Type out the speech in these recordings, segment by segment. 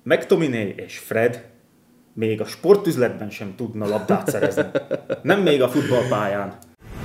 McTominay és Fred még a sportüzletben sem tudna labdát szerezni. Nem még a futballpályán.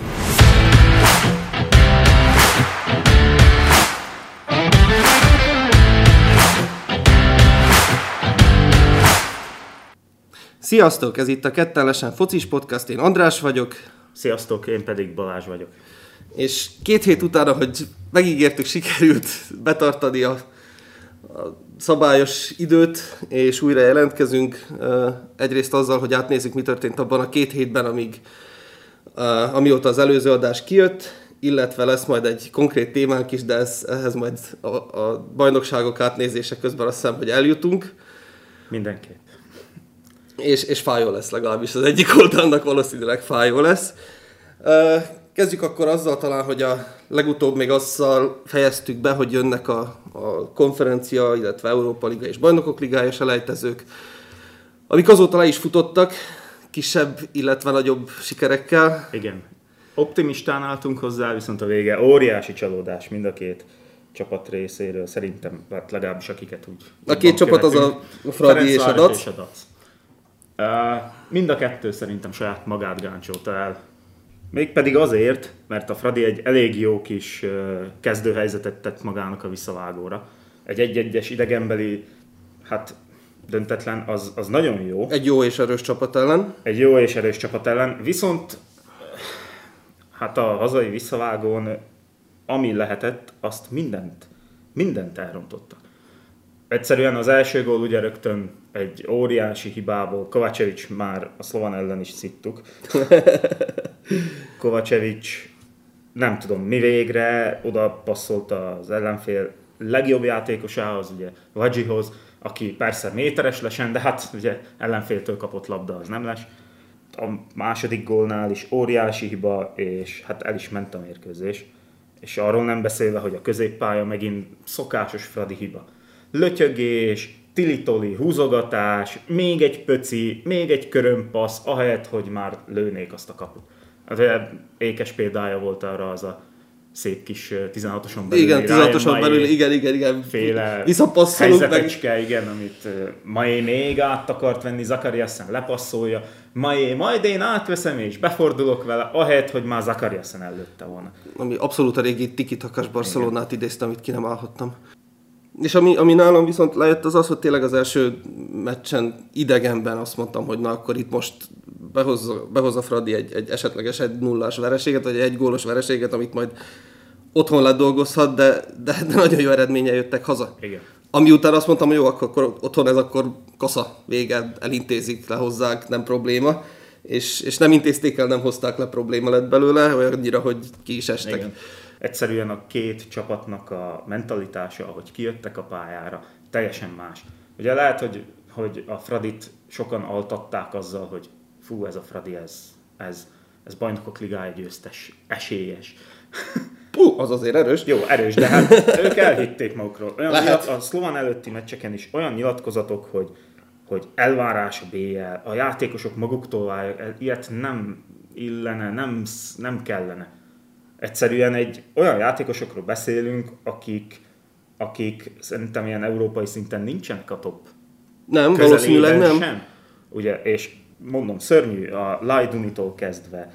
Sziasztok! Ez itt a Kettelesen Focis Podcast, én András vagyok. Sziasztok, én pedig Balázs vagyok. És 2 hét utána, hogy megígértük, sikerült betartani a szabályos időt, és újra jelentkezünk. Egyrészt azzal, hogy átnézzük, mi történt abban a 2 hétben, amióta az előző adás kijött, illetve lesz majd egy konkrét témánk is, de ehhez majd a bajnokságok átnézése közben azt hiszem, hogy eljutunk. Mindenképp. És fájó lesz, legalábbis az egyik oldalnak valószínűleg fájó lesz. Kezdjük akkor azzal talán, hogy a legutóbb még azzal fejeztük be, hogy jönnek a konferencia, illetve Európa Liga és Bajnokok Ligája selejtezők, amik azóta le is futottak, kisebb, illetve nagyobb sikerekkel. Igen. Optimistán álltunk hozzá, viszont a vége óriási csalódás mind a két csapat részéről. Szerintem, legalábbis akiket úgy... A két csapat az a Fradi és a Dac. Mind a kettő szerintem saját magát gáncsolta el. Mégpedig azért, mert a Fradi egy elég jó kis kezdőhelyzetet tett magának a visszavágóra. Egy 1-1-es idegenbeli, döntetlen, az nagyon jó. Egy jó és erős csapat ellen. Egy jó és erős csapat ellen, viszont a hazai visszavágón, ami lehetett, azt mindent elrontottak. Egyszerűen az első gól ugye rögtön egy óriási hibából, Kovacevic már a Slovan ellen is szittuk. Kovacevic nem tudom mi végre oda passzolt az ellenfél legjobb játékosához, ugye Vagyihoz, aki persze méteres lesen, de ugye ellenféltől kapott labda, az nem les. A második gólnál is óriási hiba, és el is ment a mérkőzés. És arról nem beszélve, hogy a középpálya megint szokásos Fradi hiba. Lötyögés, tilitoli, húzogatás, még egy pöci, még egy körömpassz, ahelyett, hogy már lőnék azt a kaput. Ékes példája volt arra az a szép kis 16-oson belül. Igen, 16-oson belül, igen. Féle visszapasszolunk helyzetecske, igen, amit Majé még át akart venni, Zakariasen lepasszolja, Majé, majd én átveszem és befordulok vele, ahelyett, hogy már Zakariasen előtte volna. Ami abszolút a régi tiki-takas Barcelonát idézte, amit ki nem állhattam. És ami nálam viszont lejött az, hogy tényleg az első meccsen idegenben azt mondtam, hogy na akkor itt most behozza Fradi egy esetleges 1-0-ás vereséget, vagy egy 1-gólos vereséget, amit majd otthon ledolgozhat, de nagyon jó eredménye jöttek haza. Igen. Ami után azt mondtam, hogy jó, akkor otthon ez akkor kasza, vége, elintézik, lehozzák, nem probléma. És nem intézték el, nem hozták le, probléma lett belőle, olyannyira, hogy ki is estek. Igen. Egyszerűen a két csapatnak a mentalitása, ahogy kijöttek a pályára, teljesen más. Ugye lehet, hogy a Fradit sokan altatták azzal, hogy fú, ez a Fradi, ez Bajnokok Ligája győztes, esélyes. Az azért erős. Jó, erős, de ők elhitték magukról. A Slovan előtti meccseken is olyan nyilatkozatok, hogy elvárás a BL, a játékosok maguktól várják, ilyet nem illene, nem kellene. Egyszerűen olyan játékosokról beszélünk, akik szerintem ilyen európai szinten nincsenek a top. Nem, valószínűleg nem. Sem. Ugye, és mondom, szörnyű, a Lajdunitól kezdve,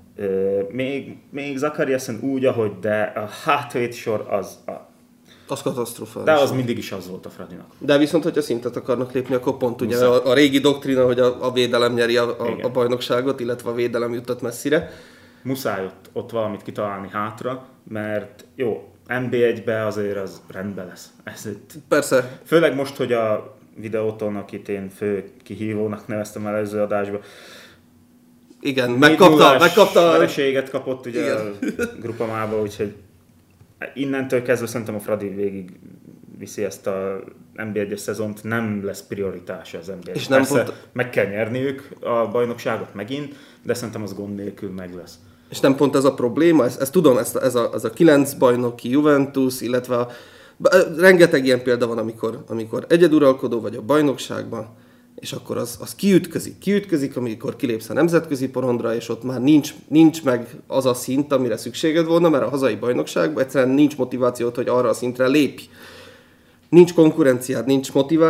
még Zakariasen úgy, ahogy, de a hátvédsor az katasztrofális. De az mindig is az volt a Fradinak. De viszont, hogyha szintet akarnak lépni, akkor pont ugye a régi doktrina, hogy a védelem nyeri a bajnokságot, illetve a védelem juttat messzire. Muszáj ott valamit kitalálni hátra, mert jó, NB1-be azért az rendben lesz. Persze. Főleg most, hogy a videóton, akit én fő kihívónak neveztem előző adásba, igen, megkapta vereséget kapott ugye a Grupamába, úgyhogy innentől kezdve szerintem a Fradi végig viszi ezt a NB1-es szezont, nem lesz prioritása az NB1. És nem meg kell nyerniük a bajnokságot megint, de szerintem az gond nélkül meg lesz. És nem pont ez a probléma, ezt tudom, ez a 9 bajnoki Juventus, illetve rengeteg ilyen példa van, amikor egyeduralkodó vagy a bajnokságban, és akkor az kiütközik, amikor kilépsz a nemzetközi porondra, és ott már nincs meg az a szint, amire szükséged volna, mert a hazai bajnokságban egyszerűen nincs motivációt, hogy arra a szintre lépj. nincs konkurenciád, nincs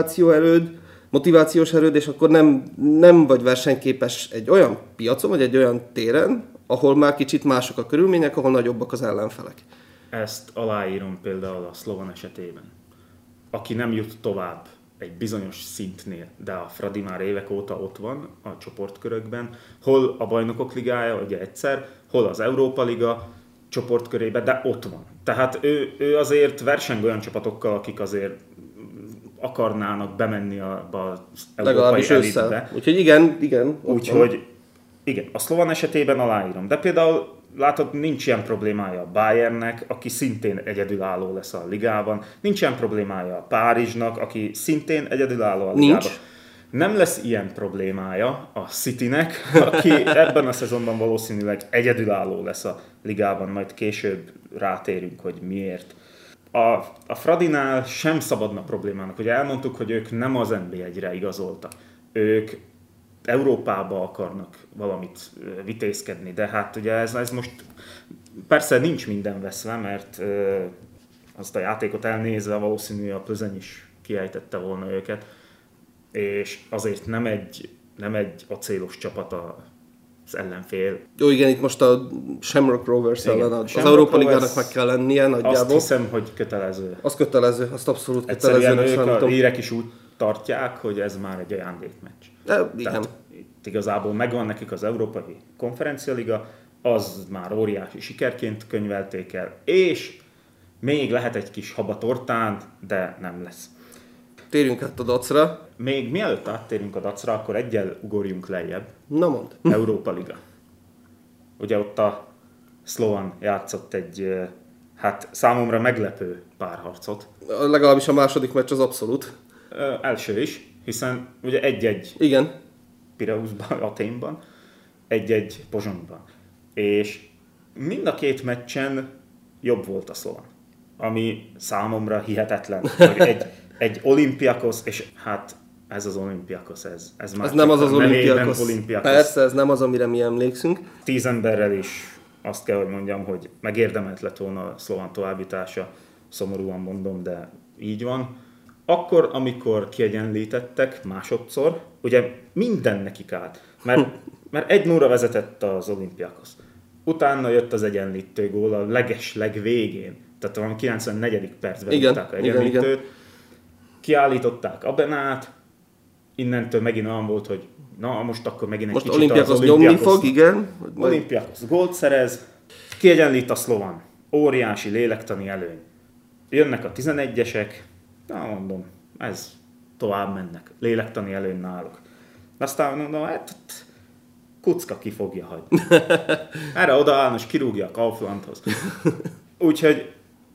motivációs erőd, és akkor nem vagy versenyképes egy olyan piacon, vagy egy olyan téren, ahol már kicsit mások a körülmények, ahol nagyobbak az ellenfelek. Ezt aláírom például a Slovan esetében. Aki nem jut tovább egy bizonyos szintnél, de a Fradi már évek óta ott van a csoportkörökben, hol a Bajnokok Ligája, ugye egyszer, hol az Európa Liga csoportkörében, de ott van. Tehát ő azért verseng olyan csapatokkal, akik azért akarnának bemenni az európai elitbe. Úgyhogy igen. Úgyhogy igen, a Slovan esetében aláírom. De például látod, nincs ilyen problémája a Bayernnek, aki szintén egyedülálló lesz a ligában. Nincs ilyen problémája a Párizsnak, aki szintén egyedülálló a ligában. Nem lesz ilyen problémája a Citynek, aki ebben a szezonban valószínűleg egyedülálló lesz a ligában, majd később rátérünk, hogy miért. A Fradinál sem szabadna problémának. Ugye elmondtuk, hogy ők nem az NB1-re igazoltak. Ők Európába akarnak valamit vitézkedni, de hát ugye ez most persze nincs minden veszve, mert azt a játékot elnézve valószínű a Plzeň is kiejtette volna őket, és azért nem egy acélos csapat az ellenfél. Jó, igen, itt most a Shamrock Rovers ellen az Európa Ligának meg kell lennie nagyjából. Azt hiszem, hogy kötelező. Az kötelező, azt abszolút egyszerűen kötelező. Ők a hírek is úgy tartják, hogy ez már egy ajándékmeccs. Igen. Itt igazából megvan nekik az Európai Konferencialiga, az már óriási sikerként könyvelték el, és még lehet egy kis haba tortán, de nem lesz. Térjünk át a dacra. Még mielőtt áttérünk a dacra, akkor egyel ugorjunk lejjebb. Na mondd. Európa Liga. Ugye ott a Slovan játszott egy, hát számomra meglepő párharcot. Legalábbis a második meccs az abszolút. Első is, hiszen ugye 1-1 igen. Pireuszban, Athénban, 1-1 Pozsonyban. És mind a két meccsen jobb volt a Slovan. Ami számomra hihetetlen, hogy egy Olympiakos, és hát ez az Olympiakos, ez már ez nem az Olympiakos. Persze, ez nem az, amire mi emlékszünk. 10 emberrel is azt kell, hogy mondjam, hogy megérdemelt lett volna a Slovan továbbítása, szomorúan mondom, de így van. Akkor, amikor kiegyenlítettek másodszor, ugye minden nekik állt, mert 1-0-ra vezetett az Olympiakos. Utána jött az egyenlítő gól a legvégén, tehát valami 94. percben hívták a egyenlítőt. Igen. Kiállították Abenát, innentől megint olyan volt, hogy na most akkor megint egy kicsit az nyomni fog, igen. Olympiakos gólt szerez, kiegyenlít a Slovan, óriási lélektani előny. Jönnek a 11-esek, na mondom, ez tovább mennek, lélektani előny náluk. Aztán mondom, hát kucka ki fogja hagyni. Erre odaáll, és kirúgja a Kauflandhoz. Úgyhogy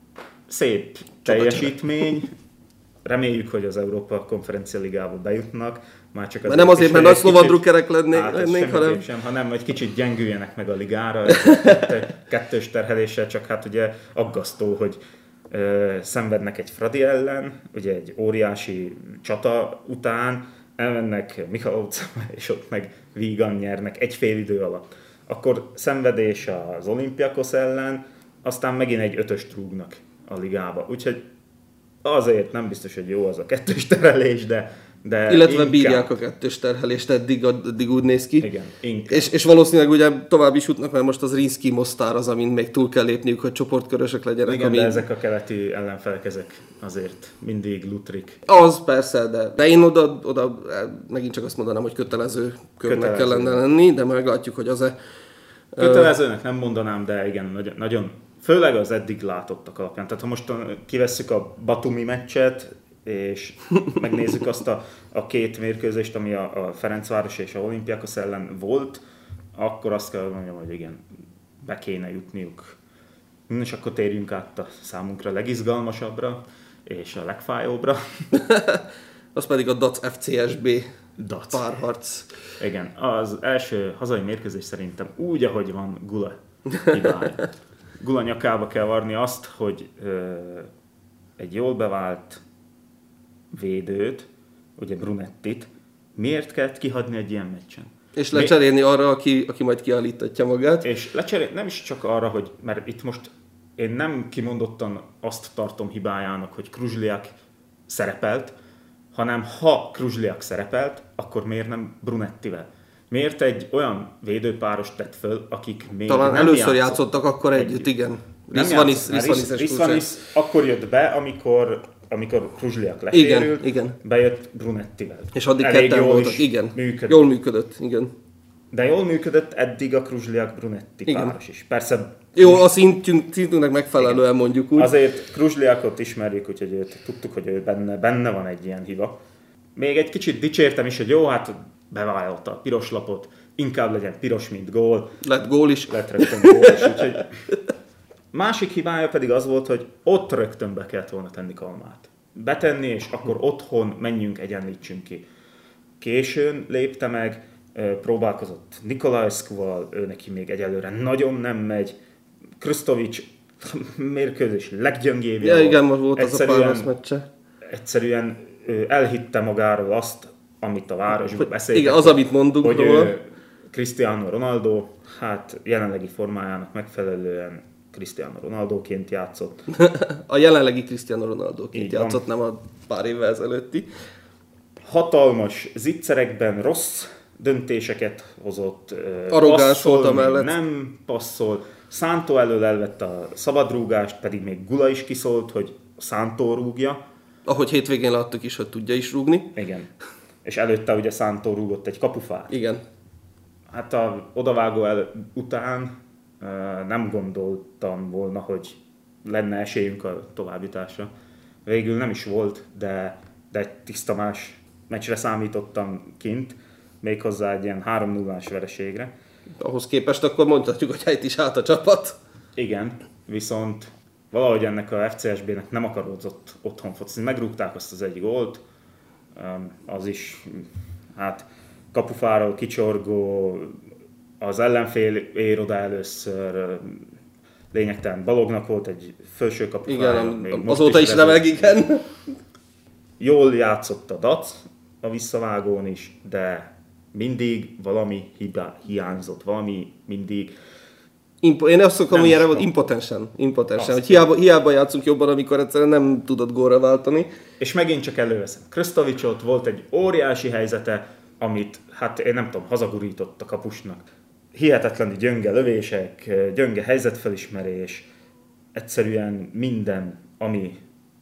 szép teljesítmény. Reméljük, hogy az Európa Konferencialigába bejutnak. Már csak nem azért, mert nagy szlovan drukkerek lennénk, hanem hogy kicsit gyengüljenek meg a ligára. Kettős terheléssel, csak hát ugye aggasztó, hogy szenvednek egy Fradi ellen, ugye egy óriási csata után, elmennek Michalovcba, és ott meg vígan nyernek egy fél idő alatt. Akkor szenvedés az Olympiakos ellen, aztán megint egy 5-öst rúgnak a ligába. Úgyhogy azért nem biztos, hogy jó az a kettős terhelés, de illetve inkább bírják a kettős terhelést, eddig úgy néz ki. Igen, és valószínűleg ugye tovább is jutnak, mert most az Rinszki Mostár az, amin még túl kell lépniük, hogy csoportkörösök legyenek. Igen, de ezek a keleti ellenfelek, ezek azért mindig lutrik. Az persze, de én oda megint csak azt mondanám, hogy kötelező körnek kellene lenni, de meglátjuk, hogy az-e. Kötelezőnek nem mondanám, de igen, nagyon főleg az eddig látottak alapján. Tehát ha most kivesszük a Batumi meccset, és megnézzük azt a két mérkőzést, ami a Ferencváros és a Olympiakos ellen volt, akkor azt kell mondjam, hogy igen, be kéne jutniuk. És akkor térjünk át a számunkra legizgalmasabbra, és a legfájóbbra. Az pedig a DAC FCSB párharc. Igen, az első hazai mérkőzés szerintem úgy, ahogy van, Gula hibája. Gula nyakába kell varni azt, hogy egy jól bevált védőt, ugye Brunettit, miért kellett kihagyni egy ilyen meccsen? És lecserélni arra, aki majd kiállítatja magát. És lecserélni nem is csak arra, hogy, mert itt most én nem kimondottan azt tartom hibájának, hogy Kruzsliak szerepelt, hanem ha Kruzsliak szerepelt, akkor miért nem Brunettivel? Miért egy olyan védőpáros tett föl, akik még talán nem először játszottak akkor együtt, igen. Risvanis akkor jött be, amikor Kruzsliak lesérült, igen. bejött Brunettivel. És addig ketten voltak, igen. Működött. Jól működött, igen. De jól működött eddig a Kruzsliak-Brunetti páros is. Persze... Jó, a szintünknek megfelelően mondjuk úgy. Azért Kruzsliakot ismerjük, úgyhogy tudtuk, hogy ő benne van egy ilyen hiba. Még egy kicsit dicsértem is, hogy jó, hát bevállalta a piros lapot, inkább legyen piros, mint gól. Lett gól is. Lett rögtön gól is, úgyhogy... Másik hibája pedig az volt, hogy ott rögtön be kellett volna tenni Kalmát. Betenni, és akkor otthon menjünk, egyenlítsünk ki. Későn lépte meg, próbálkozott Nikolajszkuval, ő neki még egyelőre nagyon nem megy. Krstovics mérkőzés leggyöngébbje volt. Igen, most volt az a páros meccse. Egyszerűen elhitte magáról azt, amit a városban beszéltek. Igen, az, amit mondunk hogy róla. Cristiano Ronaldo, hát jelenlegi formájának megfelelően Cristiano Ronaldoként játszott. A jelenlegi Cristiano Ronaldoként játszott, nem a pár évvel ezelőtti. Hatalmas zicserekben rossz döntéseket hozott. Arrogáns volt amellett. Nem passzol. Szántó elől elvette a szabadrúgást, pedig még Gula is kiszólt, hogy Szántó rúgja. Ahogy hétvégén láttuk is, hogy tudja is rúgni. Igen. És előtte ugye Szántó rúgott egy kapufát. Igen. Hát a odavágó után nem gondoltam volna, hogy lenne esélyünk a továbbjutásra. Végül nem is volt, de egy tiszta más meccsre számítottam kint, méghozzá egy ilyen 3-0-ás vereségre. Ahhoz képest akkor mondhatjuk, hogy helyt is állt a csapat. Igen, viszont valahogy ennek a FCSB-nek nem akaródzott otthon focizni. Megrúgták azt az egy gólt, az is hát kapufáról kicsorgó, az ellenfél ér oda először, lényegtelen Balognak volt egy felső kapufára. Igen, azóta is remeg, igen. Jól játszott a Dac a visszavágón is, de mindig valami hiányzott, valami mindig... Én azt szoktam, hogy erre volt impotensen, hogy hiába játszunk jobban, amikor egyszerűen nem tudod gólra váltani. És megint csak előveszem. Krstovicsot volt egy óriási helyzete, amit, hát én nem tudom, hazagurított a kapusnak. Hihetetlenül gyönge lövések, gyönge helyzetfelismerés, egyszerűen minden, ami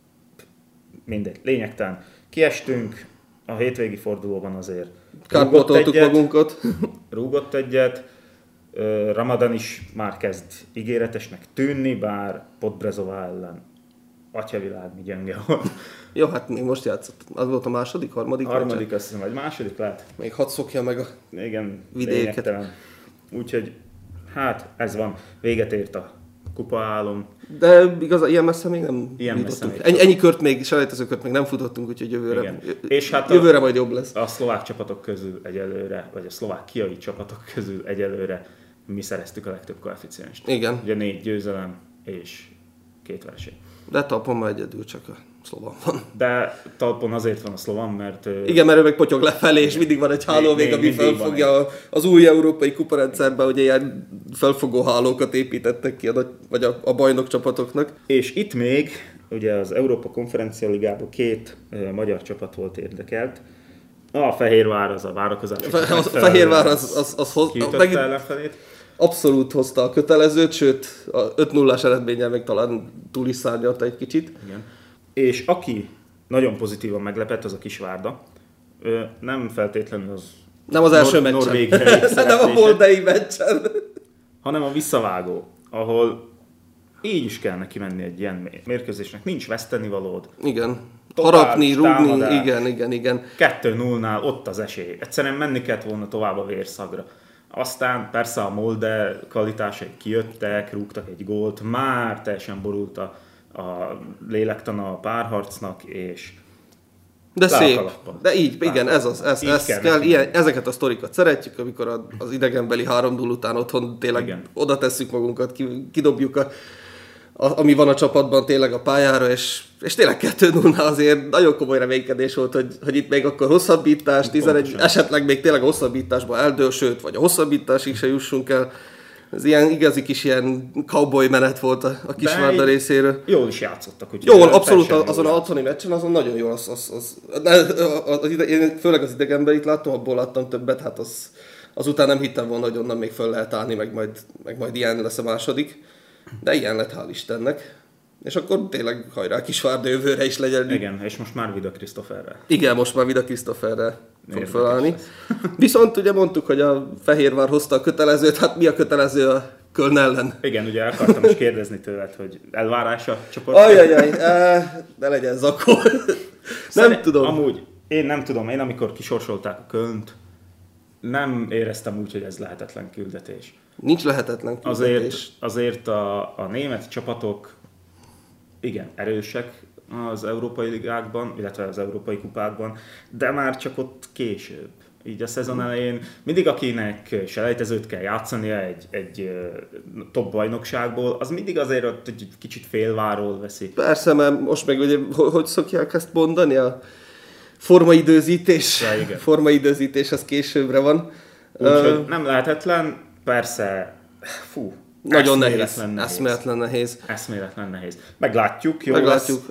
mindegy, lényegtelen. Kiestünk, a hétvégi fordulóban azért kárpótoltuk magunkat. Rúgott egyet, Ramadan is már kezd ígéretesnek tűnni, bár Podbrezova ellen atyavilág mi gyenge volt. Jó, hát még most játszott. Az volt a harmadik? Harmadik, azt hiszem, vagy második lehet. Még hadd szokja meg a igen, vidéket. Úgyhogy, hát ez van. Véget ért a kupaálom. De igaz, ilyen messze még nem jutottunk. Ennyi kört még, selejtezőkört még nem futottunk, úgyhogy jövőre majd jobb lesz. A szlovák csapatok közül egyelőre, vagy a szlovákiai csapatok közül egyelőre mi szereztük a legtöbb koeficienst. Igen. Ugye 4 győzelem és 2 vereség. De talpon már egyedül csak a szlovan van. De talpon azért van a szlovan, mert... Igen, mert ő meg potyog lefelé, és mindig van egy hálóvég, ami felfogja az új európai kuparendszerben, ugye ilyen felfogó hálókat építettek ki vagy a bajnok csapatoknak. És itt még, ugye az Európa Konferencia Ligából 2 magyar csapat volt érdekelt. A Fehérvár az a várakozás. A Fehérvár az kiütötte ellenfelét. Abszolút hozta a kötelezőt, sőt a 5-0-ás eredménnyel meg talán túl is szárnyalta egy kicsit. Igen. És aki nagyon pozitívan meglepett, az a Kisvárda. Nem feltétlenül az első meccsen. Nem a moldei meccsen. Hanem a visszavágó, ahol így is kell neki menni egy ilyen mérkőzésnek. Nincs vesztenivalód. Igen. Harapni, rúgni, igen. 2-0-nál ott az esély. Egyszerűen menni kellett volna tovább a vérszagra. Aztán persze a Molde kvalitásai kijöttek, rúgtak egy gólt, már teljesen borult a lélektana a párharcnak, és de szép. De így, igen, ezeket a sztorikat szeretjük, amikor az idegenbeli 3-0 után otthon tényleg oda tesszük magunkat, kidobjuk ami van a csapatban tényleg a pályára, és tényleg 2-0-nál azért nagyon komoly reménykedés volt, hogy itt még akkor hosszabbítás, 11, esetleg még tényleg hosszabbításba eldől, sőt, vagy a hosszabbításig se jussunk el. Ez ilyen igazi kis ilyen cowboy menet volt a Kisvárda részéről. Jól is játszottak. Jól, abszolút azon a otthoni meccsen, azon nagyon jól. Én főleg az idegenben itt láttam, abból láttam többet, hát azután nem hittem volna, hogy onnan még föl lehet állni, meg majd ilyen lesz a második. De ilyen lett, hál' Istennek. És akkor tényleg hajrá Kisvárda jövőre is legyen. Igen, és most már Vida Krisztoferrel. Igen, most már Vida Krisztoferrel fog felállni. Viszont ugye mondtuk, hogy a Fehérvár hozta a kötelezőt, hát mi a kötelező a Köln ellen? Igen, ugye akartam is kérdezni tőled, hogy elvárás a csoport. Ajajaj, ne legyen zakó. Nem tudom. Amúgy, én nem tudom, én amikor kisorsolták a Kölnt, nem éreztem úgy, hogy ez lehetetlen küldetés. Nincs lehetetlen küldetés. Azért a német csapatok igen, erősek az európai ligákban, illetve az európai kupákban, de már csak ott később. Így a szezon elején mindig akinek selejtezőt kell játszania egy top bajnokságból, az mindig azért ott egy kicsit félváról veszi. Persze, mert most meg ugye, hogy szokják ezt mondani? A formaidőzítés. Ja, igen. Formaidőzítés az későbbre van. Úgyhogy nem lehetetlen, persze, nagyon nehéz. Eszméletlen nehéz. Meglátjuk, jó Meglátjuk.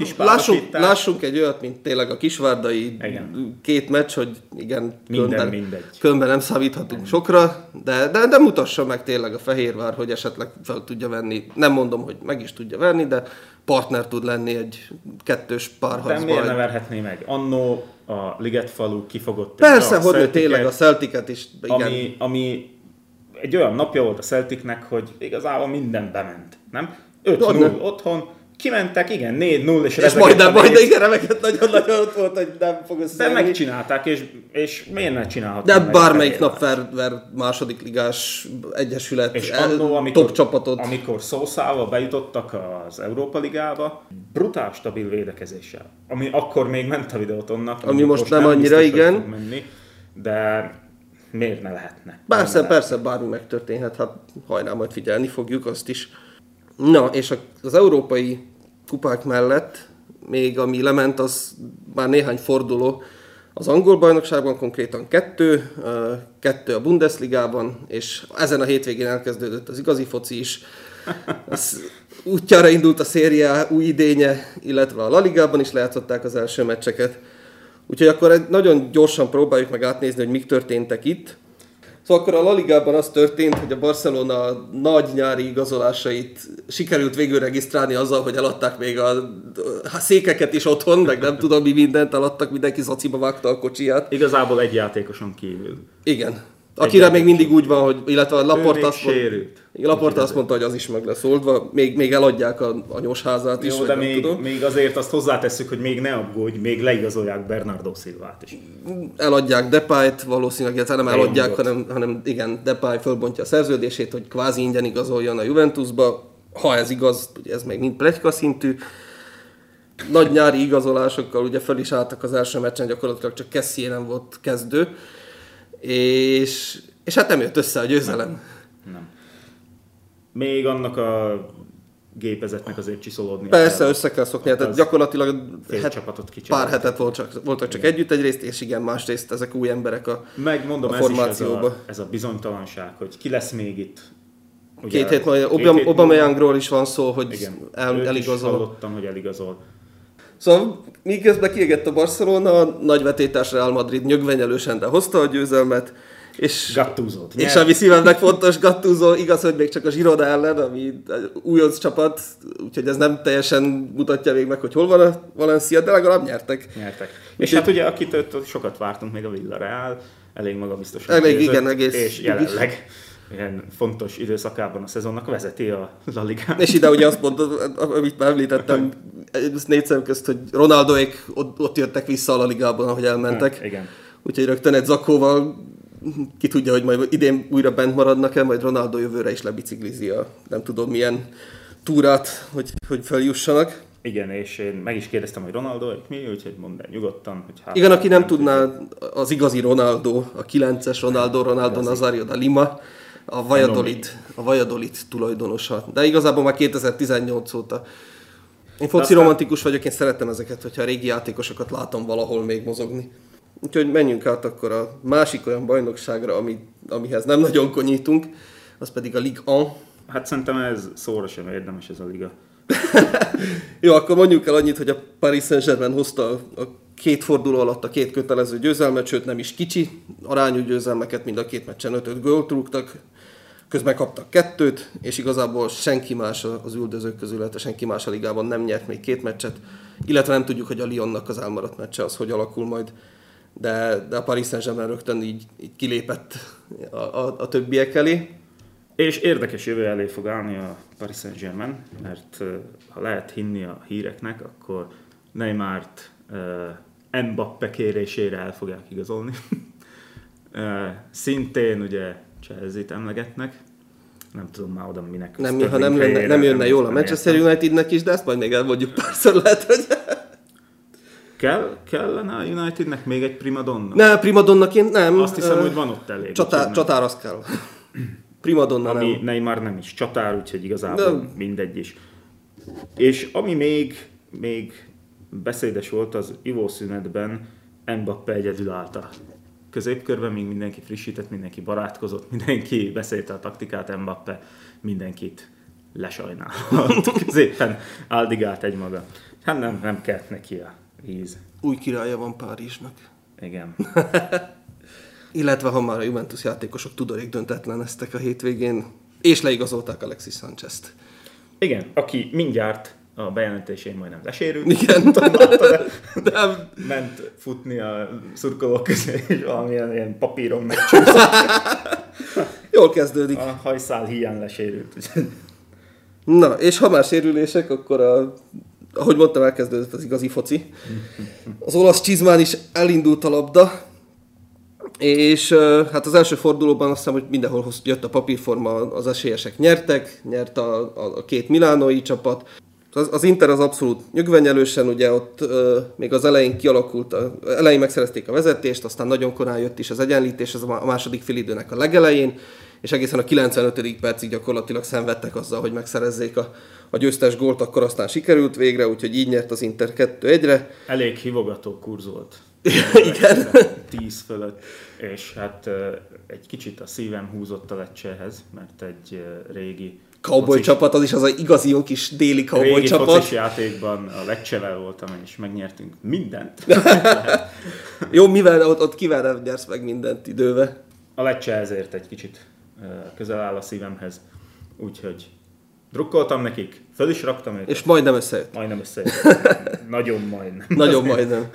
Lássunk egy olyat, mint tényleg a kisvárdai két meccs, hogy igen, Kölnben nem számíthatunk sokra, de mutassa meg tényleg a Fehérvár, hogy esetleg fel tudja venni. Nem mondom, hogy meg is tudja venni, de partner tud lenni egy kettős párharcban. De miért ne verhetné meg? Annó a Ligetfalu kifogott. Persze, hogy tényleg a Celticet is. Igen. Ami egy olyan napja volt a Celticnek, hogy igazából minden bement, nem? 5-0 otthon, kimentek, igen, 4-0, és majd igen, remegett nagyon-nagyon ott volt, hogy nem fog összeérni. De megcsinálták, és miért ne csinálhatnák? De bármelyik nap ver második ligás egyesület, és annó, top csapatot. Amikor Szószával bejutottak az Európa Ligába, brutál stabil védekezéssel, ami akkor még ment a Videótonnak. Ami most nem annyira, igen. Menni, de miért ne lehetne? Persze, bármi megtörténhet, hát hajnal majd figyelni fogjuk azt is. Na, és az európai kupák mellett még ami lement, az már néhány forduló az angol bajnokságban, konkrétan 2 a Bundesligában, és ezen a hétvégén elkezdődött az igazi foci is. Útjára indult a széria új idénye, illetve a La Ligában is lejátszották az első meccseket. Úgyhogy akkor nagyon gyorsan próbáljuk meg átnézni, hogy mik történtek itt. Szóval akkor a La Ligában az történt, hogy a Barcelona nagy nyári igazolásait sikerült végül regisztrálni azzal, hogy eladták még a székeket is otthon, meg nem tudom mi mindent eladtak, mindenki zaciba vágta a kocsiját. Igazából egy játékoson kívül. Igen. Akire még mindig úgy van, hogy, illetve a Laporta azt mondta, hogy az is meg lesz oldva, még eladják a anyósházát is. Jó, de még azért azt hozzátesszük, hogy még ne aggódj, még leigazolják Bernardo Silvát is. Eladják Depayt, valószínűleg, illetve nem eladják, hanem igen, Depay fölbontja a szerződését, hogy kvázi ingyen igazoljon a Juventusba. Ha ez igaz, ugye ez még mind pletyka szintű. Nagy nyári igazolásokkal ugye föl is álltak az első meccsen, gyakorlatilag csak Kessié nem volt kezdő. És hát nem jött össze a győzelem. Nem. Még annak a gépezetnek azért csiszolódni. Persze, össze kell szokni, tehát gyakorlatilag pár hetet voltak csak együtt egyrészt, és igen, másrészt ezek új emberek a formációba. Ez a bizonytalanság, hogy ki lesz még itt. Ugye, 2 hét majd Aubameyangról is van szó, hogy eligazol. Hallottam, hogy eligazol. Szóval miközben kiégett a Barcelona, nagy vetétás Real Madrid nyögvenyelősen, de hozta a győzelmet. És ami szívemnek fontos, Gattuso, igaz, hogy még csak a Girona ellen, ami újonc csapat, úgyhogy ez nem teljesen mutatja még meg, hogy hol van a Valencia, de legalább nyertek. És hát ugye, akitől sokat vártunk, még a Villarreal, elég magabiztosan győzött, és jelenleg ilyen fontos időszakában a szezonnak vezeti a La Ligát. És ide ugye azt mondod, amit már említettem, 4 szem közt, hogy Ronaldoék ott jöttek vissza a La Ligában, ahogy elmentek. Igen. Úgyhogy rögtön egy zakóval, ki tudja, hogy majd idén újra bent maradnak-e, majd Ronaldo jövőre is lebiciklizi a nem tudom milyen túrát, hogy feljussanak. Igen, és én meg is kérdeztem, hogy Ronaldo mi, úgyhogy mondd el nyugodtan. Hogy igen, aki nem tudná, az igazi Ronaldo, a 9-es Ronaldo Nazario da Lima, a Valladolid tulajdonosa. De igazából már 2018 óta. Én foci romantikus vagyok, én szeretem ezeket, hogyha a régi játékosokat látom valahol még mozogni. Úgyhogy menjünk át akkor a másik olyan bajnokságra, amihez nem nagyon konyítunk. az pedig a Ligue 1. Hát szerintem ez szóra sem érdemes ez a liga. Jó, akkor mondjuk el annyit, hogy a Paris Saint-Germain hozta a 2 forduló alatt a 2 kötelező győzelmet, sőt nem is kicsi arányú győzelmeket, mind a 2 meccsen 5 gólt rúgtak, közben kaptak 2-t, és igazából senki más az üldözők közül, senki más a ligában nem nyert még 2 meccset, illetve nem tudjuk, hogy a Lyonnak az elmaradt meccse az hogy alakul majd, de a Paris Saint-Germain rögtön így kilépett a többiek elé. És érdekes jövő elé fog állni a Paris Saint-Germain, mert ha lehet hinni a híreknek, akkor Neymart Mbappé kérésére el fogják igazolni. Szintén ugye Chelsea-t emlegetnek. Nem tudom már oda minek. Ha nem jönne jól a Manchester Unitednek is, de ezt majd még elmondjuk párszor, lehet, hogy... Kellene a Unitednek még egy primadonna? Ne, primadonnaként nem. Azt hiszem, hogy van ott elég. Csatár az kell. Primadonna ami nem. Neymar nem is csatár, úgyhogy igazából mindegy is. És ami még beszédes volt, az ivószünetben Mbappé egyedül állt a középkörben, még mindenki frissített, mindenki barátkozott, mindenki beszélte a taktikát, Mbappé mindenkit lesajnált. Középen áldigált egymaga. Hát nem kellett neki a víz. Új királya van Párizsnak. Igen. Illetve ha már a Juventus játékosok tudorék döntetleneztek a hétvégén, és leigazolták Alexis Sánchez-t. Igen, aki mindjárt a bejelentésén majdnem lesérült. Igen. De ment futni a szurkolók közé, és valamilyen ilyen papíron megcsúszott. Jól kezdődik. A hajszál hiány lesérült. Na, és ha már sérülések, akkor ahogy mondtam, elkezdődött az igazi foci. Az olasz csizmán is elindult a labda, és hát az első fordulóban azt hiszem, hogy mindenhol jött a papírforma, az esélyesek nyert a 2 milánói csapat. Az Inter az abszolút nyögvenyelősen, ugye ott még az elején elején megszerezték a vezetést, aztán nagyon korán jött is az egyenlítés, ez a második félidőnek a legelején, és egészen a 95. percig gyakorlatilag szenvedtek azzal, hogy megszerezzék a győztes gólt, akkor aztán sikerült végre, úgyhogy így nyert az Inter 2-1-re. Elég hívogató kurz volt. Igen. 10 fölött, és hát egy kicsit a szívem húzott a Leccehez, mert egy régi cowboy csapat, az is az igazi jó kis déli cowboy régi csapat. focis játékban a Leccevel voltam, és megnyertünk mindent. Jó, mivel ott kivel nem nyersz meg mindent időbe? A Lecce ezért egy kicsit közel áll a szívemhez, úgyhogy drukkoltam nekik, föl is raktam őket. És majdnem összejött. Nagyon majdnem. Nagyon majdnem.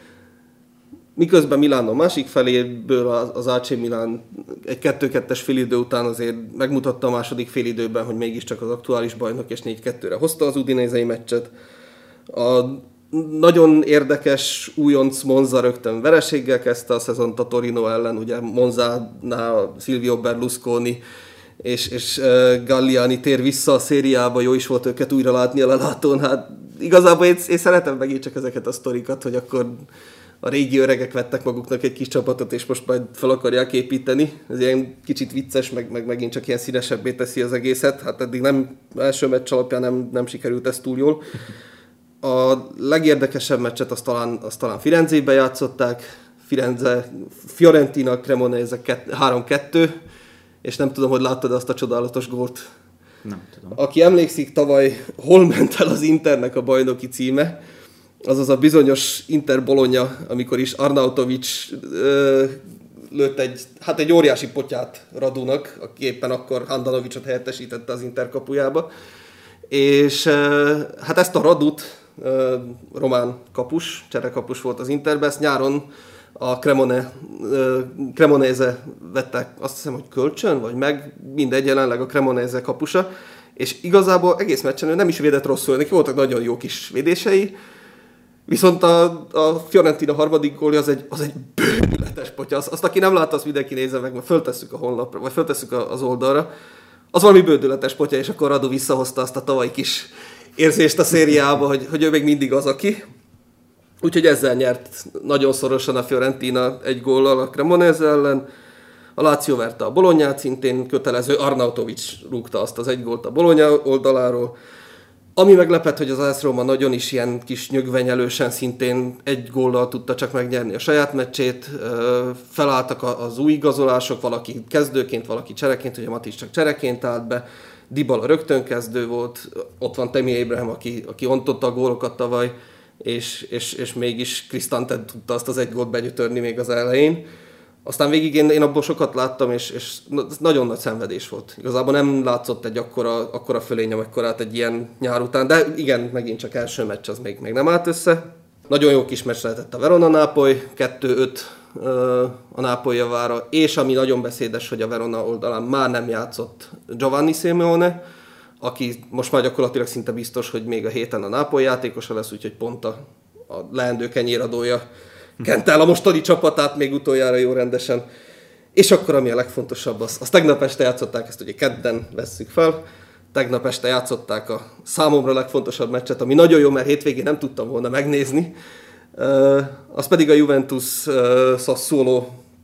Miközben Milánó másik feléből az AC Milán egy 2-2-es félidő után azért megmutatta a második félidőben, hogy mégiscsak az aktuális bajnok, és 4-2-re hozta az udinézei meccset. A nagyon érdekes újonc Monza rögtön vereséggel kezdte a szezont a Torino ellen, ugye Monzánál Silvio Berlusconi és Galliani tér vissza a szériába, jó is volt őket újra látni a lelátón. Hát igazából én szeretem megint csak ezeket a sztorikat, hogy akkor a régi öregek vettek maguknak egy kis csapatot, és most majd fel akarják építeni. Ez ilyen kicsit vicces, meg megint csak ilyen színesebbé teszi az egészet. Hát eddig első meccs alapján nem sikerült ez túl jól. A legérdekesebb meccset azt talán Firenzébe játszották. Fiorentina Cremonese 3-2, és nem tudom, hogy láttad azt a csodálatos gólt. Nem tudom. Aki emlékszik, tavaly hol ment el az Internek a bajnoki címe, azaz a bizonyos Inter Bologna, amikor is Arnautovic lőtt egy óriási potyát Radunak, aki éppen akkor Handanovicot helyettesítette az Inter kapujába. És hát ezt a Radut, román kapus, cserekapus volt az Interben, ezt nyáron a Cremonese vette, azt hiszem, hogy kölcsön, vagy meg, mindegy, jelenleg a Cremonese kapusa, és igazából egész meccsen ő nem is védett rosszul, neki voltak nagyon jó kis védései, viszont a Fiorentina harmadik gólja az egy bőületes potya. Azt, aki nem látta, azt mindenki nézze meg, mert föltesszük a honlapra, vagy föltesszük az oldalra. Az valami bődületes potya, és akkor Radu visszahozta azt a tavalyi kis érzést a szériába, hogy ő még mindig az, aki. Úgyhogy ezzel nyert nagyon szorosan a Fiorentina 1 góllal a Cremonese ellen. A Lazio verte a Bolognát, szintén kötelező, Arnautovic rúgta azt az 1 gólt a Bologna oldaláról. Ami meglepett, hogy az AS Roma nagyon is ilyen kis nyögvenyelősen szintén egy góllal tudta csak megnyerni a saját meccsét. Felálltak az új igazolások, valaki kezdőként, valaki csereként, ugye Matic csak csereként állt be. Dybala rögtön kezdő volt, ott van Tammy Abraham, aki ontotta a gólokat tavaly, és mégis Cristante tudta azt az egy gólt benyütörni még az elején. Aztán végig én abból sokat láttam, és nagyon nagy szenvedés volt. Igazából nem látszott egy akkora fölény, amekkorát egy ilyen nyár után, de igen, megint csak első meccs, az még nem állt össze. Nagyon jó kis meccs lehetett a Verona-Nápoly, 2-5 a Nápoly javára, és ami nagyon beszédes, hogy a Verona oldalán már nem játszott Giovanni Simeone, aki most már gyakorlatilag szinte biztos, hogy még a héten a Nápoly játékosa lesz, úgyhogy pont a leendő kenyéradója kent el a mostani csapatát még utoljára jó rendesen. És akkor, ami a legfontosabb, az tegnap este játszották, ezt ugye kedden vesszük fel, tegnap este játszották a számomra legfontosabb meccset, ami nagyon jó, mert hétvégén nem tudtam volna megnézni. Az pedig a Juventus Sassuolo,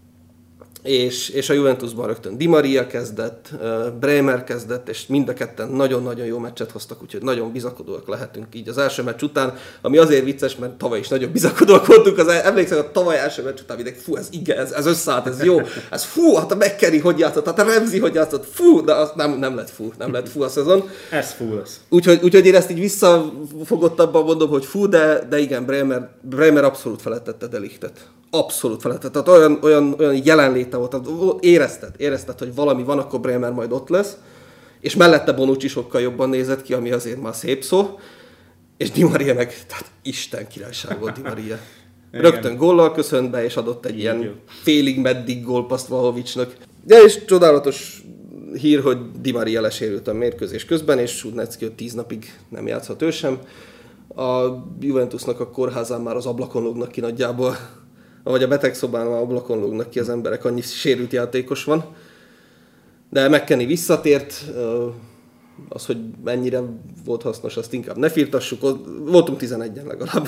és a Juventusban rögtön Di Maria kezdett, Bremer kezdett, és mind a ketten nagyon-nagyon jó meccset hoztak, úgyhogy nagyon bizakodóak lehetünk így az első meccs után, ami azért vicces, mert tavaly is nagyon bizakodóak voltunk, emlékszem, a tavaly első meccs után mindenki, fú, ez összeállt, ez jó, ez fú, hát a McKennie hogy játszott, hát a Ramsey hogy játszott, fú, de az nem lett fú a szezon. Ez fú lesz. Úgyhogy én ezt így visszafogottabban mondom, hogy fú, de igen, Bremer abszolút felettette De Lichtet. Abszolút felett. Tehát olyan jelenléte volt, érezted, hogy valami van, akkor Bremer majd ott lesz, és mellette Bonucci sokkal jobban nézett ki, ami azért már szép szó, és Di Maria meg, tehát Isten királyság volt Di Maria. Rögtön góllal köszönt be, és adott egy ilyen félig meddig gólpaszt Vlahovicsnak. De és csodálatos hír, hogy Di Maria lesérült a mérkőzés közben, és Sudnecki 10 napig nem játszhat ő sem. A Juventusnak a kórházán már az ablakon lógnak ki nagyjából, vagy a betegszobán már ablakon lógnak ki az emberek, annyi sérült játékos van. De McKennie visszatért, az, hogy mennyire volt hasznos, azt inkább ne firtassuk, voltunk 11-en legalább.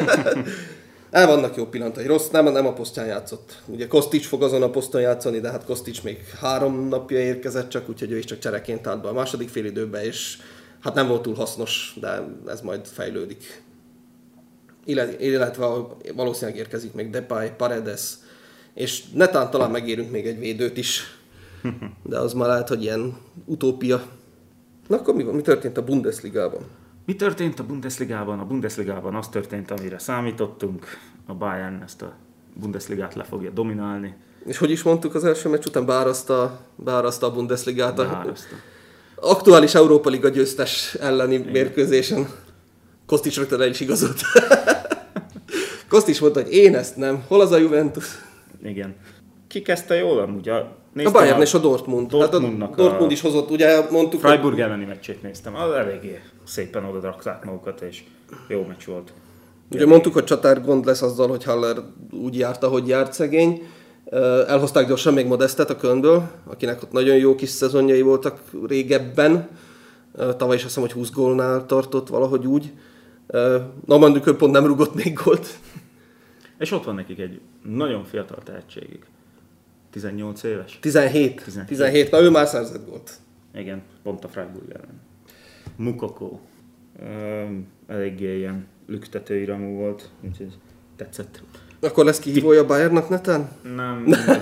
Vannak jó pillanatai, rossz, nem a posztján játszott. Ugye Kostic fog azon a poszton játszani, de hát Kostic még 3 napja érkezett csak, úgyhogy ő is csak csereként állt be a második félidőbe, és hát nem volt túl hasznos, de ez majd fejlődik. Illetve valószínűleg érkezik még Depay, Paredes, és netán talán megérünk még egy védőt is, de az már lehet, hogy ilyen utópia. Na akkor mi történt a Bundesligában? Mi történt a Bundesligában? A Bundesligában az történt, amire számítottunk. A Bayern ezt a Bundesligát le fogja dominálni. És hogy is mondtuk az első meccs után? Beáraszta a Bundesligát a aktuális Európa Liga győztes elleni mérkőzésen. Kostic rögtön el is igazolt. Kostic mondta, hogy én ezt nem. Hol az a Juventus? Igen. Ki kezdte jól amúgy? A Bayern és a Dortmund. Dortmundnak hát a Dortmund is hozott, ugye mondtuk... Freiburg elleni meccsét néztem. Az eléggé szépen oda drakták magukat, és jó meccs volt. Ugye mondtuk, hogy csatár gond lesz azzal, hogy Haller úgy járt, ahogy járt szegény. Elhozták gyorsan még Modestet a Kölnből, akinek ott nagyon jó kis szezonjai voltak régebben. Tavaly is azt hiszem, hogy 20 gólnál tartott valahogy úgy. Namandükön pont nem rúgott még gólt. És ott van nekik egy nagyon fiatal tehetségük. 18 éves? 17. Na ő már szerzett gólt. Igen, pont a Freiburg ellen. Mukoko. Eléggé ilyen lüktetőiramú volt, úgyhogy tetszett. Akkor lesz kihívója a Bayernnak netán? Nem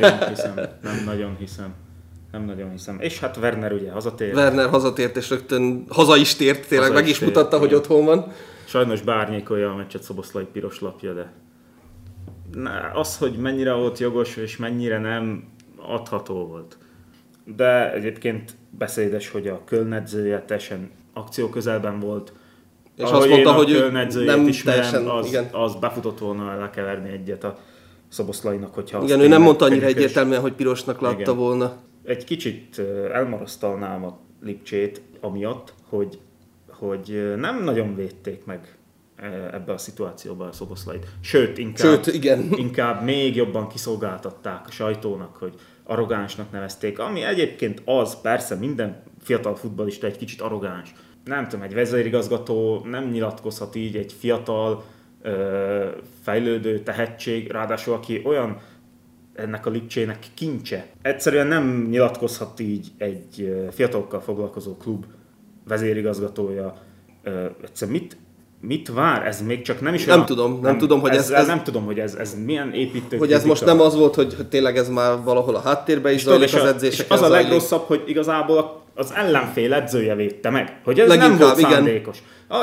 nagyon hiszem. És hát Werner ugye hazatért. Werner hazatért, és rögtön haza is tért, tényleg meg is mutatta, hogy otthon van. Sajnos bárnyékolja a meccset Szoboszlai piros lapja, de az, hogy mennyire volt jogos, és mennyire nem, adható volt. De egyébként beszédes, hogy a Köln edzője teljesen akció közelben volt. És azt mondta, hogy nem ismerem, az befutott volna lekeverni egyet a Szoboszlainak, hogyha... Igen, ő nem mondta annyira egyértelműen, hogy pirosnak látta igen. volna. Egy kicsit elmarasztalnám a Lipcsét amiatt, hogy nem nagyon védték meg ebbe a szituációban a Szoboszlait. Sőt, inkább még jobban kiszolgáltatták a sajtónak, hogy arrogánsnak nevezték, ami egyébként az, persze minden fiatal futballista egy kicsit arrogáns. Nem tudom, egy vezérigazgató nem nyilatkozhat így, egy fiatal, fejlődő tehetség, ráadásul aki olyan ennek a Lipcsének kincse. Egyszerűen nem nyilatkozhat így egy fiatalokkal foglalkozó klub vezérigazgatója, Egyszerűen mit vár? Ez még csak nem is Nem tudom, hogy nem tudom, hogy ez milyen építő. Hogy ez most nem az volt, hogy tényleg ez már valahol a háttérben is zajlik az edzéseken. Az a legrosszabb, hogy igazából az ellenfél edzője védte meg, hogy ez leginkább, nem volt szándékos.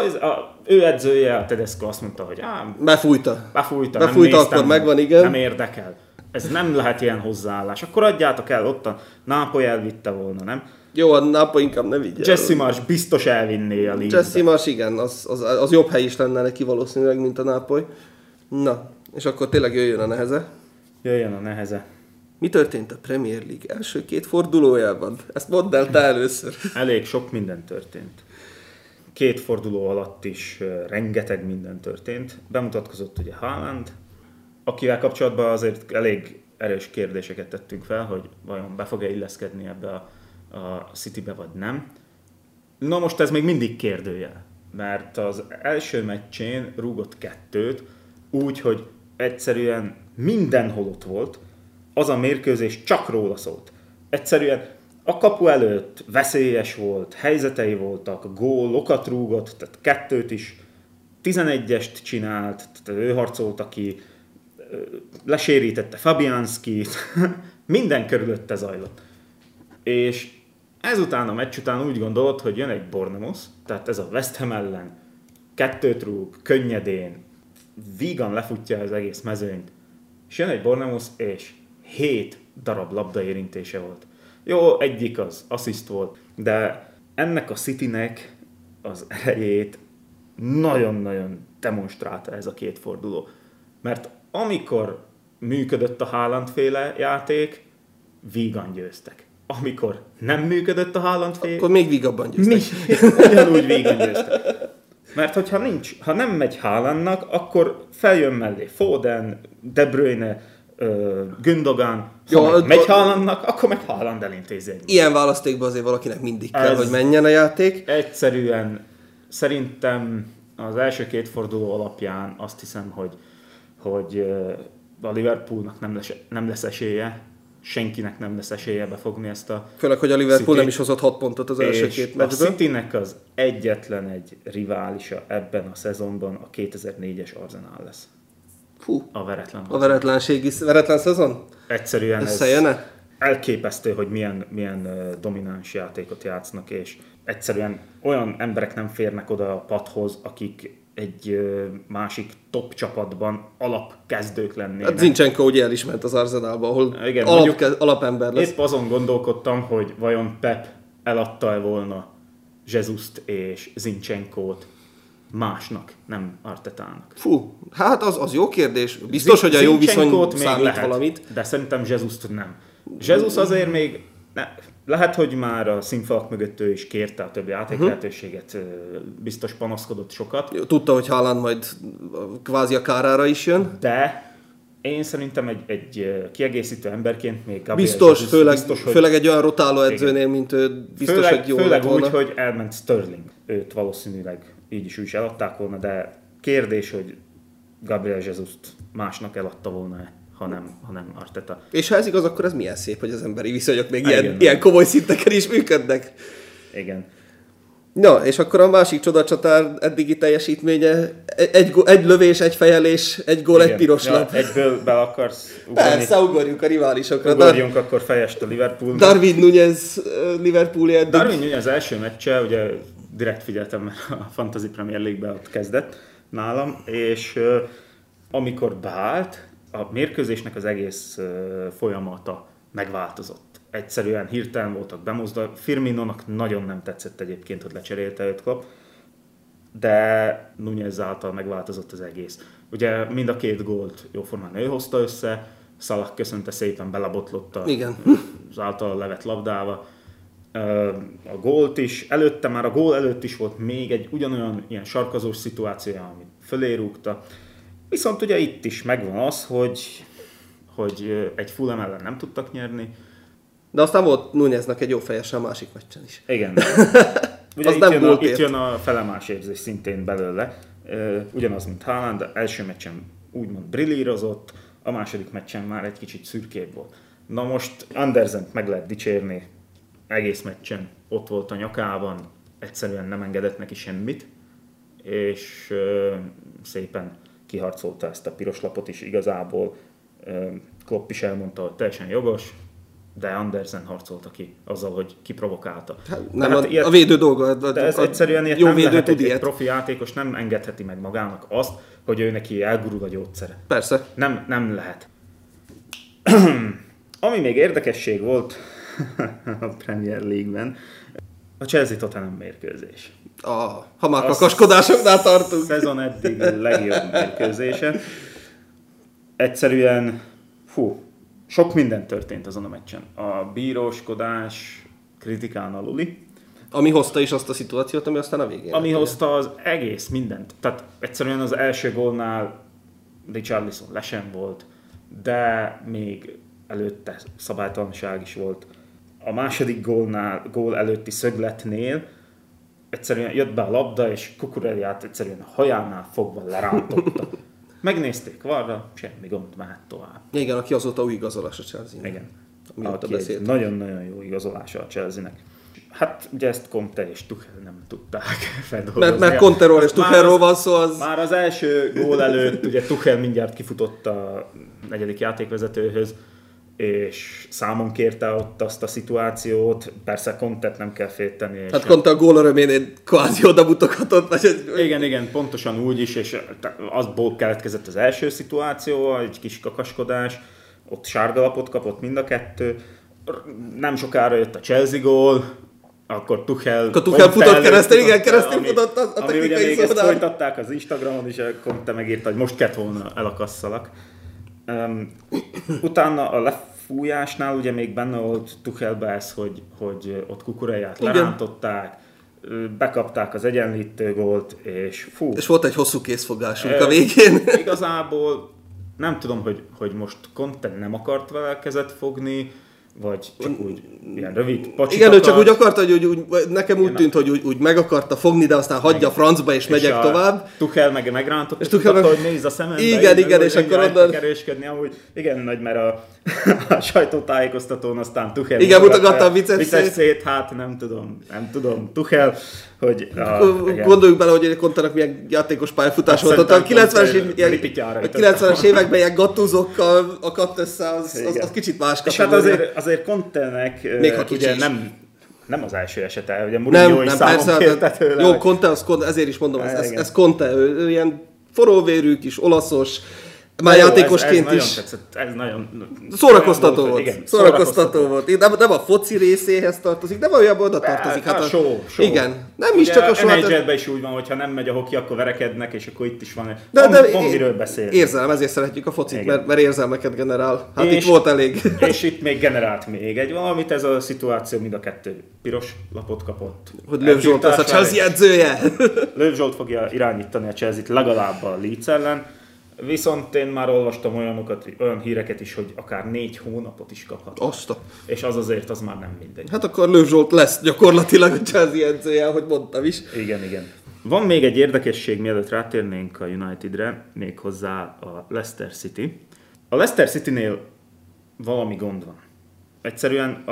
Ő edzője, a Tedesco azt mondta, hogy befújta, nem néztem, akkor megvan, igen. Nem érdekel. Ez nem lehet ilyen hozzáállás. Akkor adjátok el, ott a Napoli elvitte volna, nem? Jó, a Napoli inkább ne vigye. Jesse Marsch biztos elvinné a Leeds-be. Jesse Marsch, igen, az jobb hely is lenne neki valószínűleg, mint a Napoli. Na, és akkor tényleg jöjjön a neheze. Jöjjön a neheze. Mi történt a Premier League első 2 fordulójában? Ezt mondd el te először. Elég sok minden történt. 2 forduló alatt is rengeteg minden történt. Bemutatkozott ugye Haaland, akivel kapcsolatban azért elég erős kérdéseket tettünk fel, hogy vajon be fog-e illeszkedni ebbe a Citybe vagy nem. Na most ez még mindig kérdőjel, mert az első meccsén rúgott 2-t, úgy, hogy egyszerűen mindenhol ott volt, az a mérkőzés csak róla szólt. Egyszerűen a kapu előtt veszélyes volt, helyzetei voltak, gólokat rúgott, tehát 2-t is, 11-est csinált, tehát ő harcolta ki, lesérítette Fabianskit, minden körülötte zajlott. És ezután a meccs után úgy gondolod, hogy jön egy Bournemouth, tehát ez a West Ham ellen 2-t rúg, könnyedén, vígan lefutja az egész mezőnyt, és jön egy Bournemouth, és 7 darab labdaérintése volt. Jó, egyik az assziszt volt, de ennek a Citynek az erejét nagyon-nagyon demonstrálta ez a 2 forduló. Mert amikor működött a Haaland-féle játék, vígan győztek. Amikor nem működött a Haaland-féle... Akkor még vígabban győztek. Ugyanúgy vígan győztek. Mert ha nem megy Haalandnak, akkor feljön mellé Foden, De Bruyne, Gündogan, megy Haalandnak, akkor meg Haaland elintézi. Ilyen választékban azért valakinek mindig kell, hogy menjen a játék. Egyszerűen szerintem az első 2 forduló alapján azt hiszem, hogy a Liverpoolnak nem lesz esélye, senkinek nem lesz esélye befogni ezt a főleg, hogy a Liverpool City nem is hozott 6 pontot az első 2 meccsből. A Citynek az egyetlen egy riválisa ebben a szezonban a 2004-es Arsenal lesz. Fú, a veretlen szezon? Egyszerűen ez elképesztő, hogy milyen domináns játékot játsznak, és egyszerűen olyan emberek nem férnek oda a padhoz, akik egy másik top csapatban alapkezdők lennének. Hát Zinchenko ugye el is ment az Arsenalba, ahol igen, alapember lesz. Épp azon gondolkodtam, hogy vajon Pep eladta-e volna Jesust és Zinchenkót másnak, nem Artetának. Fú, hát az jó kérdés. Biztos, hogy a jó viszony számít lehet, valamit. De szerintem Jesust nem. Jesus azért még... Lehet, hogy már a színfalak mögött ő is kérte a több játéklehetőséget, biztos panaszkodott sokat. Tudta, hogy Haaland majd kvázi a kárára is jön. De én szerintem egy kiegészítő emberként még Gabriel biztos, főleg egy olyan rotáló edzőnél, mint ő, biztos, hogy jó főleg úgy, hogy elment Sterling. Őt valószínűleg így is úgy is eladták volna, de kérdés, hogy Gabriel Jesust másnak eladta volna-e, ha nem Arteta. És ha ez igaz, akkor ez milyen szép, hogy az emberi viszonyok még ilyen komoly szinteken is működnek. Igen. Na, és akkor a másik csodacsatár eddigi teljesítménye, egy lövés, egy fejelés, egy gól, egy piros lap. Egyből be akarsz ugrani? Persze, ugorjunk a riválisokra. Ugorjunk akkor fejest a Liverpoolnak. Darwin Núñez Liverpooli eddig. Darwin Núñez első meccse, ugye direkt figyeltem, mert a Fantasy Premier League-be ott kezdett nálam, és amikor beállt, a mérkőzésnek az egész folyamata megváltozott. Egyszerűen hirtelen voltak bemozdulva. Firminónak nagyon nem tetszett egyébként, hogy lecserélte őt Klopp, de Núñez által megváltozott az egész. Ugye mind a 2 gólt jóformán ő hozta össze, Salah köszönte szépen, belabotlott az által levett labdával. A gólt is, a gól előtt is volt még egy ugyanolyan ilyen sarkazós szituációja, amit fölé rúgta. Viszont ugye itt is megvan az, hogy egy Fulham ellen nem tudtak nyerni. De aztán volt Núñeznek egy jó fejese a másik meccsen is. Igen. Ugye itt jön a felemás érzés szintén belőle. Ugyanaz, mint Haaland, de első meccsen úgymond brillírozott, a második meccsen már egy kicsit szürkébb volt. Na most Andersent meg lehet dicsérni, egész meccsen ott volt a nyakában, egyszerűen nem engedett neki semmit. és szépen kiharcolta ezt a piros lapot is igazából. Klopp is elmondta, hogy teljesen jogos, de Andersen harcolta ki azzal, hogy kiprovokálta. A védő dolga. De ez egyszerűen ilyet jó nem védő lehet, tud egy ilyet. profi játékos nem engedheti meg magának azt, hogy ő neki elgurul a gyógyszere. Persze. Nem lehet. Ami még érdekesség volt a Premier League-ben, a Chelsea-Tottenham mérkőzés. Ha már kakaskodásoknál tartunk. Szezon eddig legjobb mérkőzése. Egyszerűen, sok minden történt azon a meccsen. A bíróskodás kritikán aluli. Ami hozta is azt a szituációt, ami aztán a végén. Ami hozta az egész mindent. Tehát egyszerűen az első gólnál Richarlison lesen volt, de még előtte szabálytalanság is volt. A második gól előtti szögletnél egyszerűen jött be a labda, és Cucurellát egyszerűen a hajánál fogva lerántotta. Megnézték varra, semmi gond, mehet tovább. Igen, aki azóta új igazolás a Chelsea-nek. Igen. Aki egy nagyon-nagyon jó igazolása a Chelsea-nek. Hát ugye ezt Conte és Tuchel nem tudták feldolgozni. Mert Conteról és Tuchelról van szó, az... Már az első gól előtt ugye Tuchel mindjárt kifutott a negyedik játékvezetőhöz, és számon kérte ott azt a szituációt. Persze Contet nem kell félteni. Hát Conte a gól öröménél kvázi oda mutogatott. Igen, pontosan úgy is, és azból keletkezett az első szituáció, egy kis kakaskodás, ott sárgalapot kapott mind a kettő. Nem sokára jött a Chelsea gól, akkor Tuchel futott keresztül futott a ami ugye még ezt szódán. folytatták az Instagramon, és Conte megírta, hogy most kellett volna elakasszalak. Utána a lefújásnál ugye még benne volt Tuchelbe ez, hogy ott Cucurellát lerántották, bekapták az egyenlítő gólt, és És volt egy hosszú készfogásunk a végén. Igazából nem tudom, hogy most Conte nem akart vele kezet fogni, vagy csak úgy ilyen rövid pacsit igen, akart. ő csak úgy akarta, hogy nekem úgy tűnt, hogy úgy meg akarta fogni, de aztán hagyja a francba és megyek tovább. Tuchel meg megrántott, és Tuchel hogy nézz a szemembe. Igen, és akkor onnan... Keréskedni, amúgy igen nagy, mert a sajtótájékoztatón aztán Tuchel mutogatta a vicces szét, hát nem tudom, Tuchel, hogy... Gondoljuk bele, hogy Conte-nak milyen játékos pályafutás volt ott. A 90-es években ilyen gattúzokkal akadt össze, az kicsit más kategória. És hát azért Conte-nek ugye nem az első esete, ugye Mourinho is számon kérte tőle. Jó, Conte, ezért is mondom, ez Conte, ő ilyen forróvérű kis olaszos, már játékosként is. Ez nagyon szórakoztató volt. Igen, szórakoztató volt. Nem a foci részéhez tartozik, de valójában oda tartozik. Hát a show. Igen. Nem is csak a show. A NHL-ben is úgy van, hogyha nem megy a hoki, akkor verekednek, és akkor itt is van. Van miről beszélni. Érzelem, ezért szeretjük a focit, mert érzelmeket generál. Hát itt volt elég. És itt még generált még egy valamit, ez a szituáció mind a kettő piros lapot kapott. Hogy Löw Zsolt az a Chelsea edzője. Löw Zsolt fogja irányítani a Chelsea-t legalább a Leeds ellen. Viszont én már olvastam olyan híreket is, hogy akár 4 hónapot is kaphat. És az azért az már nem mindegy. Hát akkor Löw Zsolt lesz gyakorlatilag a Chelsea edzője, ahogy mondtam is. Igen. Van még egy érdekesség, mielőtt rátérnénk a Unitedre, méghozzá a Leicester City. A Leicester Citynél valami gond van. Egyszerűen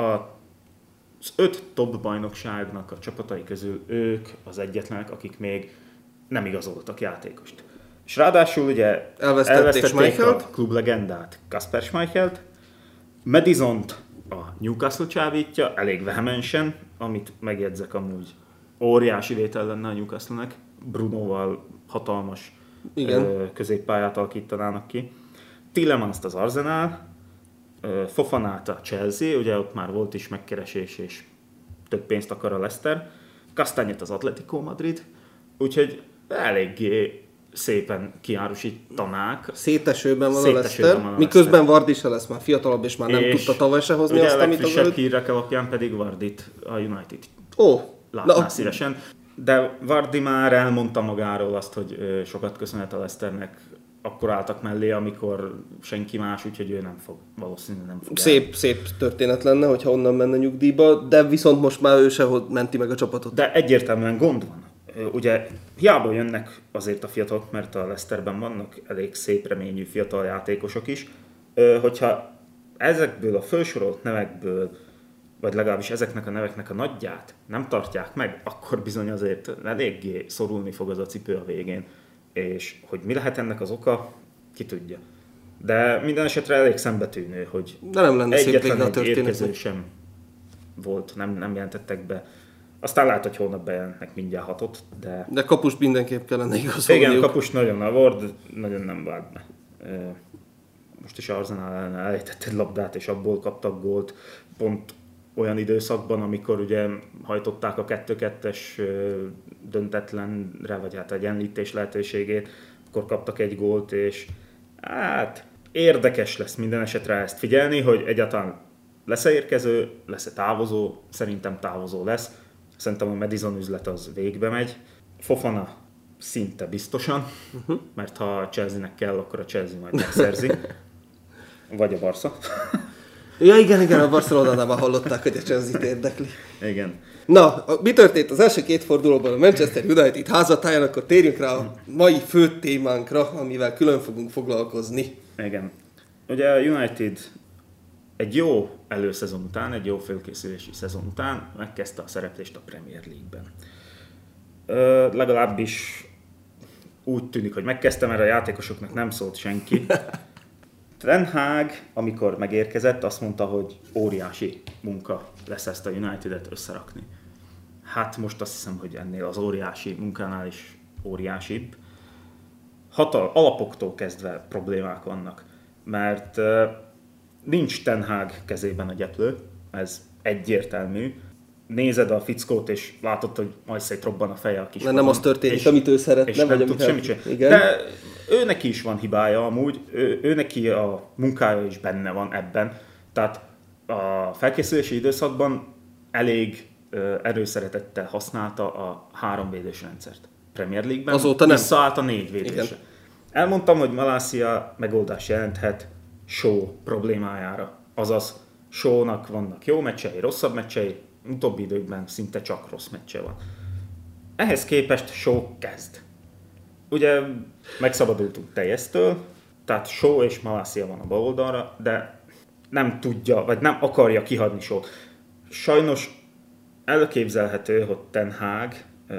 az 5 top bajnokságnak a csapatai közül ők az egyetlenek, akik még nem igazoltak játékost. És ráadásul ugye elvesztették a klublegendát, Kasper Schmeichelt, Madisont a Newcastle csábítja, elég vehemensen, amit megjegyzek amúgy óriási vétel lenne a Newcastle-nek, Brunoval hatalmas középpályát alakítanának ki. Tillemans-t az Arsenal, Fofanát a Chelsea, ugye ott már volt is megkeresés és több pénzt akar a Leicester, Castagnet az Atletico Madrid, úgyhogy eléggé szépen kiárusítanák. Szétesőben van a Leicester, miközben Vardy se lesz már fiatalabb, és már nem tudta tavaly se hozni azt, amit az előtt. Hírek alapján pedig Vardit a United látná szívesen. De Vardy már elmondta magáról azt, hogy sokat köszönhet a Leicesternek, akkor álltak mellé, amikor senki más, úgyhogy ő valószínűleg nem fog. Szép történet lenne, hogyha onnan menne nyugdíjba, de viszont most már ő se menti meg a csapatot. De egyértelműen gond van. Ugye hiába jönnek azért a fiatalok, mert a Leicesterben vannak elég szép reményű fiatal játékosok is, hogyha ezekből a felsorolt nevekből vagy legalábbis ezeknek a neveknek a nagyját nem tartják meg, akkor bizony azért eléggé szorulni fog az a cipő a végén. És hogy mi lehet ennek az oka, ki tudja. De minden esetre elég szembetűnő, hogy de nem lenne egyetlen egy érkező sem volt, nem jelentettek be. Aztán lehet, hogy holnap bejelentnek mindjárt 6-ot, de... De kapust mindenképp kellene igazolniuk. Igen, kapust nagyon, a Ward nagyon nem vált be. Most is Arsenal ellen elejtett egy labdát, és abból kaptak gólt. Pont olyan időszakban, amikor ugye hajtották a 2-2-es döntetlenre, vagy hát egyenlítés lehetőségét, akkor kaptak egy gólt, és hát érdekes lesz minden esetre ezt figyelni, hogy egyáltalán lesz-e érkező, lesz-e távozó, szerintem távozó lesz. Szerintem a Madison üzlet az végbe megy. Fofana szinte biztosan, mert ha a Chelsea-nek kell, akkor a Chelsea majd megszerzi. Vagy a Barca. Ja, igen, a Barcelonánál hallották, hogy a Chelsea-t érdekli. Igen. Na, mi történt az első két fordulóban a Manchester United házatáján, akkor térjünk rá a mai fő témánkra, amivel külön fogunk foglalkozni. Igen. Ugye a United egy jó előszezon után, egy jó fölkészülési szezon után megkezdte a szereplést a Premier League-ben. Legalábbis úgy tűnik, hogy megkezdte, mert a játékosoknak nem szólt senki. Ten Hag, amikor megérkezett, azt mondta, hogy óriási munka lesz ezt a United-et összerakni. Hát most azt hiszem, hogy ennél az óriási munkánál is óriásibb. Alapoktól kezdve problémák vannak, mert nincs Ten Hag kezében a gyeplő, ez egyértelmű. Nézed a fickót, és látod, hogy majd szétrobban a feje a kispadon. Nem az történik, amit ő szeretne, és nem tud semmit csinálni. De ő neki is van hibája amúgy, ő neki a munkája is benne van ebben. Tehát a felkészülési időszakban elég erőszeretettel használta a 3 védős rendszert. Premier League-ben azóta nem. Visszaállt a 4 védésre. Elmondtam, hogy Malacia megoldás jelenthet Shaw problémájára. Azaz Shaw-nak vannak jó meccsei, rosszabb meccsei, utóbbi időkben szinte csak rossz meccse van. Ehhez képest Shaw kezd. Ugye megszabadultunk Tejesztől, tehát Shaw és Malacia van a bal oldalra, de nem tudja, vagy nem akarja kihagyni Shaw-t. Sajnos elképzelhető, hogy Ten Hag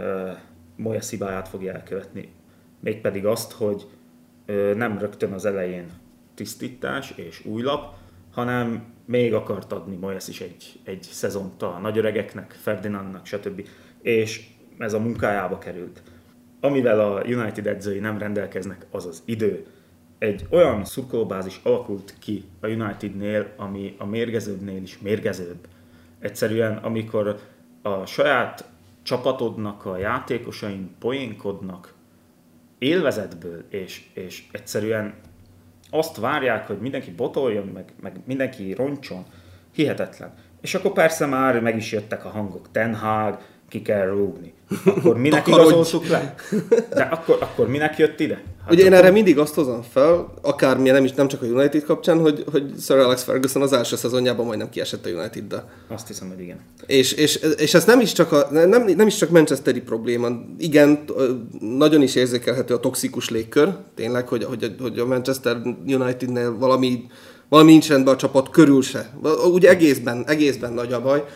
Moyes hibáját fogja elkövetni. Mégpedig azt, hogy nem rögtön az elején tisztítás és új lap, hanem még akart adni Moyes is egy szezont a nagyöregeknek, Ferdinandnak, stb. És ez a munkájába került. Amivel a United edzői nem rendelkeznek, az az idő. Egy olyan szurkolóbázis alakult ki a Unitednél, ami a mérgezőbbnél is mérgezőbb. Egyszerűen, amikor a saját csapatodnak a játékosain poénkodnak élvezetből, és egyszerűen azt várják, hogy mindenki botoljon, meg mindenki roncson, hihetetlen. És akkor persze már meg is jöttek a hangok, Ten Hag, ki kell rúgni. Akkor minek igazoltuk le? De akkor minek jött ide? Hát ugye én erre mindig azt hozom fel, akármilyen nem csak a United kapcsán, hogy Sir Alex Ferguson az első szezonjában majdnem kiesett a United-del. Azt hiszem, hogy igen. És ez nem is csak manchesteri probléma. Igen, nagyon is érzékelhető a toxikus légkör. Tényleg, hogy a Manchester Unitednél valami nincs rendben a csapat körül se. Ugye egészben nagy a baj.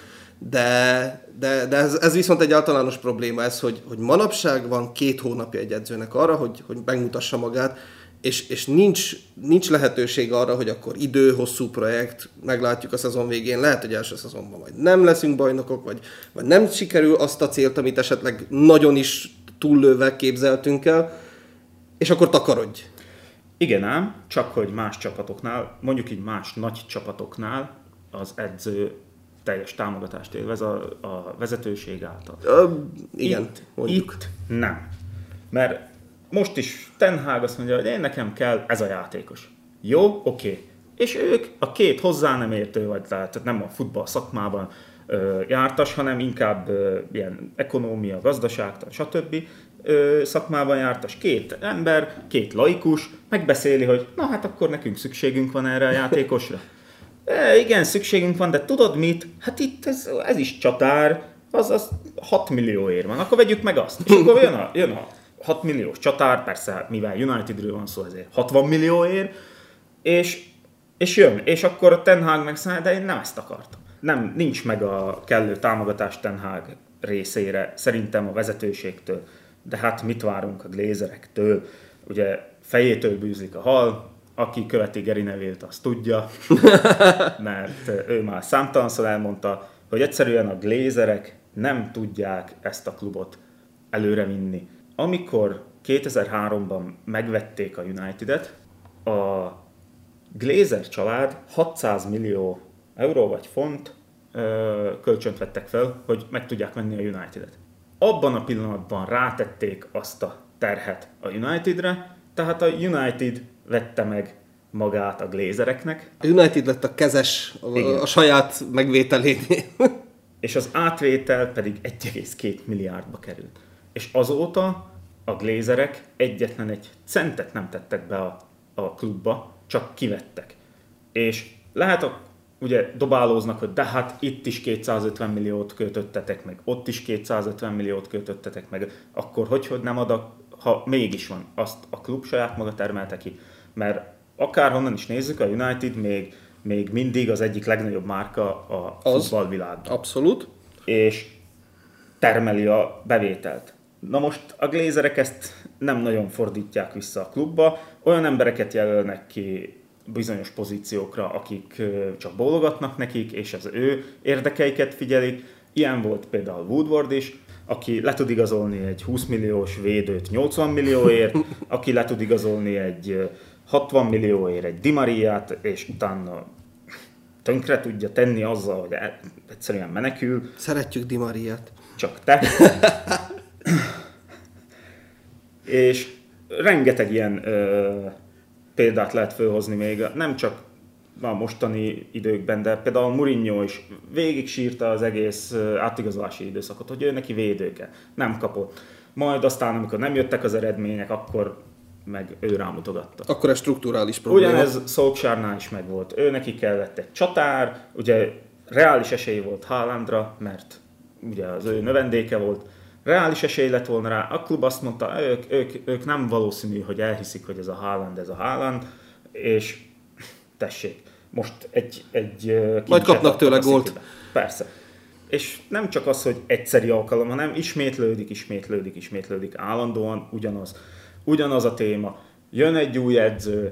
De ez viszont egy általános probléma ez, hogy manapság van 2 hónapja egy edzőnek arra, hogy megmutassa magát, és nincs lehetőség arra, hogy akkor hosszú projekt, meglátjuk a szezon végén, lehet, hogy első szezonban majd nem leszünk bajnokok, vagy nem sikerül azt a célt, amit esetleg nagyon is túllőve képzeltünk el, és akkor takarodj. Igen ám, csak hogy más csapatoknál, mondjuk így más nagy csapatoknál az edző teljes támogatást élvez a vezetőség által. Igen, itt nem. Mert most is Ten Hag azt mondja, hogy én nekem kell ez a játékos. Jó, oké. És ők a 2 hozzá nem értő, vagy tehát nem a futball szakmában jártas, hanem inkább ilyen ekonómia, gazdaságtan, stb. Szakmában jártas 2 ember, 2 laikus, megbeszéli, hogy na hát akkor nekünk szükségünk van erre a játékosra. Igen, szükségünk van, de tudod mit? Hát itt ez is csatár, az 6 millióért van, akkor vegyük meg azt. És akkor jön a 6 milliós csatár, persze mivel Unitedről van szó, ezért 60 millióért, és jön. És akkor a Ten Hag megszállja, de én nem ezt akartam. nincs meg a kellő támogatás Ten Hag részére, szerintem a vezetőségtől. De hát mit várunk a Glazerektől? Ugye fejétől bűzlik a hal, aki követi Gary Neville-t, azt tudja, mert ő már számtalanszor elmondta, hogy egyszerűen a Glazerek nem tudják ezt a klubot előrevinni. Amikor 2003-ban megvették a Unitedet, a Glazer család 600 millió euró vagy font kölcsönt vettek fel, hogy meg tudják venni a Unitedet. Abban a pillanatban rátették azt a terhet a Unitedre, tehát a United vette meg magát a Glazereknek. A United lett a kezes a saját megvételénél. És az átvétel pedig 1,2 milliárdba került. És azóta a Glazerek egyetlen egy centet nem tettek be a klubba, csak kivettek. És lehet, ugye dobálóznak, hogy de hát itt is 250 milliót költöttetek meg, ott is 250 milliót költöttetek meg, akkor hogy nem ad, ha mégis van, azt a klub saját maga termelte ki. Mert akárhonnan is nézzük, a United még mindig az egyik legnagyobb márka a futballvilágban. Abszolút. És termeli a bevételt. Na most a Glazerek ezt nem nagyon fordítják vissza a klubba, olyan embereket jelölnek ki bizonyos pozíciókra, akik csak bólogatnak nekik, és az ő érdekeiket figyelik. Ilyen volt például Woodward is, aki le tud igazolni egy 20 milliós védőt 80 millióért, aki le tud igazolni egy 60 millióért egy Di Mariát, és utána tönkre tudja tenni azzal, hogy egyszerűen menekül. Szeretjük Di Mariát. Csak te. És rengeteg ilyen példát lehet felhozni még, nem csak a mostani időkben, de például Mourinho is végig sírta az egész átigazolási időszakot, hogy ő neki védőke, nem kapott. Majd aztán, amikor nem jöttek az eredmények, akkor meg ő rámutogatta. Akkor ez strukturális probléma. Ugyanez Solskjaernál is megvolt. Ő neki kellett egy csatár, ugye reális esély volt Haalandra, mert ugye az ő növendéke volt, reális esély lett volna rá, a klub azt mondta, ők nem valószínű, hogy elhiszik, hogy ez a Haaland, és tessék, most egy majd kapnak tőle gólt. Persze. És nem csak az, hogy egyszeri alkalom, hanem ismétlődik állandóan ugyanaz a téma. Jön egy új edző,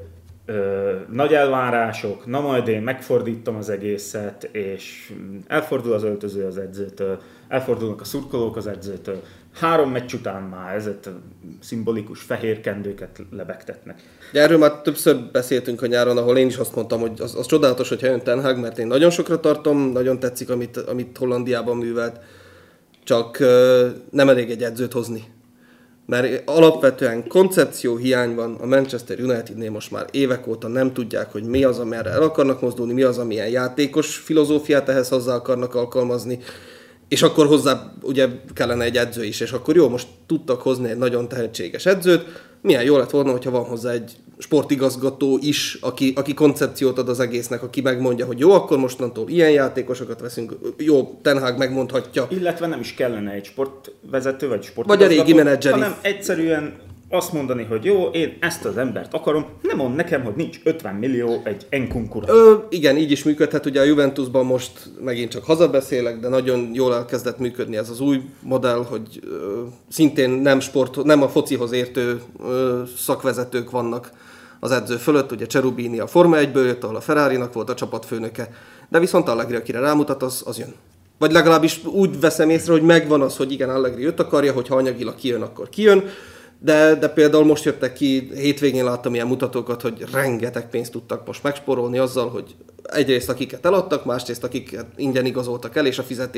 nagy elvárások, na majd én megfordítom az egészet, és elfordul az öltöző az edzőtől, elfordulnak a szurkolók az edzőtől. 3 meccs után már ezért szimbolikus fehér kendőket lebegtetnek. De erről már többször beszéltünk a nyáron, ahol én is azt mondtam, hogy az csodálatos, hogyha jön Ten Hag, mert én nagyon sokra tartom, nagyon tetszik, amit Hollandiában művelt, csak nem elég egy edzőt hozni. Mert alapvetően koncepció hiány van a Manchester Unitednél most már évek óta, nem tudják, hogy mi az, amerre el akarnak mozdulni, mi az, amilyen játékos filozófiát ehhez hozzá akarnak alkalmazni, és akkor hozzá ugye kellene egy edző is, és akkor jó, most tudtak hozni egy nagyon tehetséges edzőt, milyen jó lett volna, hogyha van hozzá egy sportigazgató is, aki koncepciót ad az egésznek, aki megmondja, hogy jó, akkor mostantól ilyen játékosokat veszünk, jó, Ten Hag megmondhatja. Illetve nem is kellene egy sportvezető, vagy sportigazgató, vagy a régi menedzser, hanem egyszerűen azt mondani, hogy jó, én ezt az embert akarom, nem mond nekem, hogy nincs 50 millió egy Nkunkura. Igen, így is működhet. Ugye a Juventusban most megint csak hazabeszélek, de nagyon jól elkezdett működni ez az új modell, hogy szintén nem a focihoz értő szakvezetők vannak az edző fölött. Ugye Cherubini a Forma 1-ből jött, ahol a Ferrari-nak volt a csapatfőnöke, de viszont Allegri, akire rámutat, az jön. Vagy legalábbis úgy veszem észre, hogy megvan az, hogy igen, Allegri őt akarja, hogyha anyagilag kijön, akkor kijön. De például most jöttek ki, hétvégén láttam ilyen mutatókat, hogy rengeteg pénzt tudtak most megspórolni azzal, hogy egyrészt akiket eladtak, másrészt akiket ingyen igazoltak el, és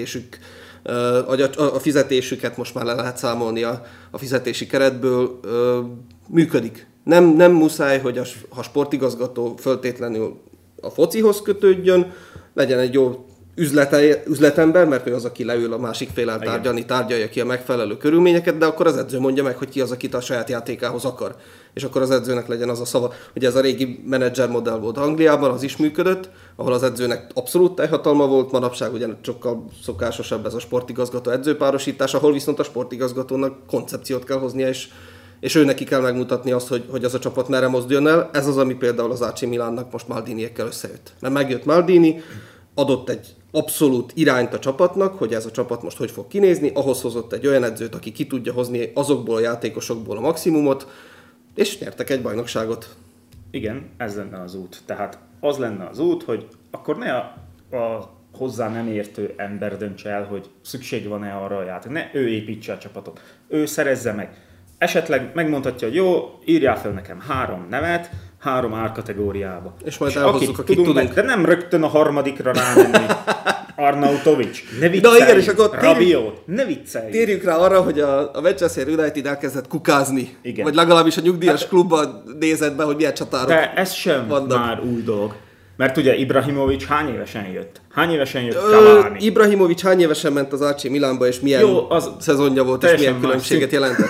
a fizetésüket most már le lehet számolni a fizetési keretből, működik. Nem muszáj, hogy a sportigazgató föltétlenül a focihoz kötődjön, legyen egy jó üzletember, mert ő az, aki leül a másik féllel tárgyalni, tárgyalja ki a megfelelő körülményeket, de akkor az edző mondja meg, hogy ki az, akit a saját játékához akar. És akkor az edzőnek legyen az a szava. Ugye ez a régi menedzser modell volt Angliában, az is működött, ahol az edzőnek abszolút teljhatalma volt, manapság ugye sokkal szokásosabb ez a sportigazgató edzőpárosítás, ahol viszont a sportigazgatónak koncepciót kell hoznia, és ő neki kell megmutatni azt, hogy az a csapat merre mozduljon el. Ez az, ami például az AC Milánnak most Maldiniekkel összejött. Mert megjött Maldini, adott egy abszolút irányt a csapatnak, hogy ez a csapat most hogy fog kinézni, ahhoz hozott egy olyan edzőt, aki ki tudja hozni azokból a játékosokból a maximumot, és nyertek egy bajnokságot. Igen, ez lenne az út. Tehát az lenne az út, hogy akkor ne a hozzá nem értő ember döntse el, hogy szükség van-e arra a játék. Ne ő építse a csapatot, ő szerezze meg. Esetleg megmondhatja, hogy jó, írjál fel nekem 3 nevet, 3 árkategóriába. És majd elhozzuk, akit tudunk. De nem rögtön a harmadikra rámenni. Arnautovic, ne viccelj, Na igen, és akkor Rabiot, ne viccelj. Térjünk rá arra, hogy a Manchester United elkezdett kukázni. Igen. Vagy legalábbis a nyugdíjas klubban nézett be, hogy milyen csatárok De ez sem vannak. már új dolog. Mert ugye Ibrahimovic hány évesen jött? Hány évesen jött Cavani? Ibrahimovic hány évesen ment az AC Milánba, és milyen Jó, az szezonja volt, és milyen különbséget jelentett?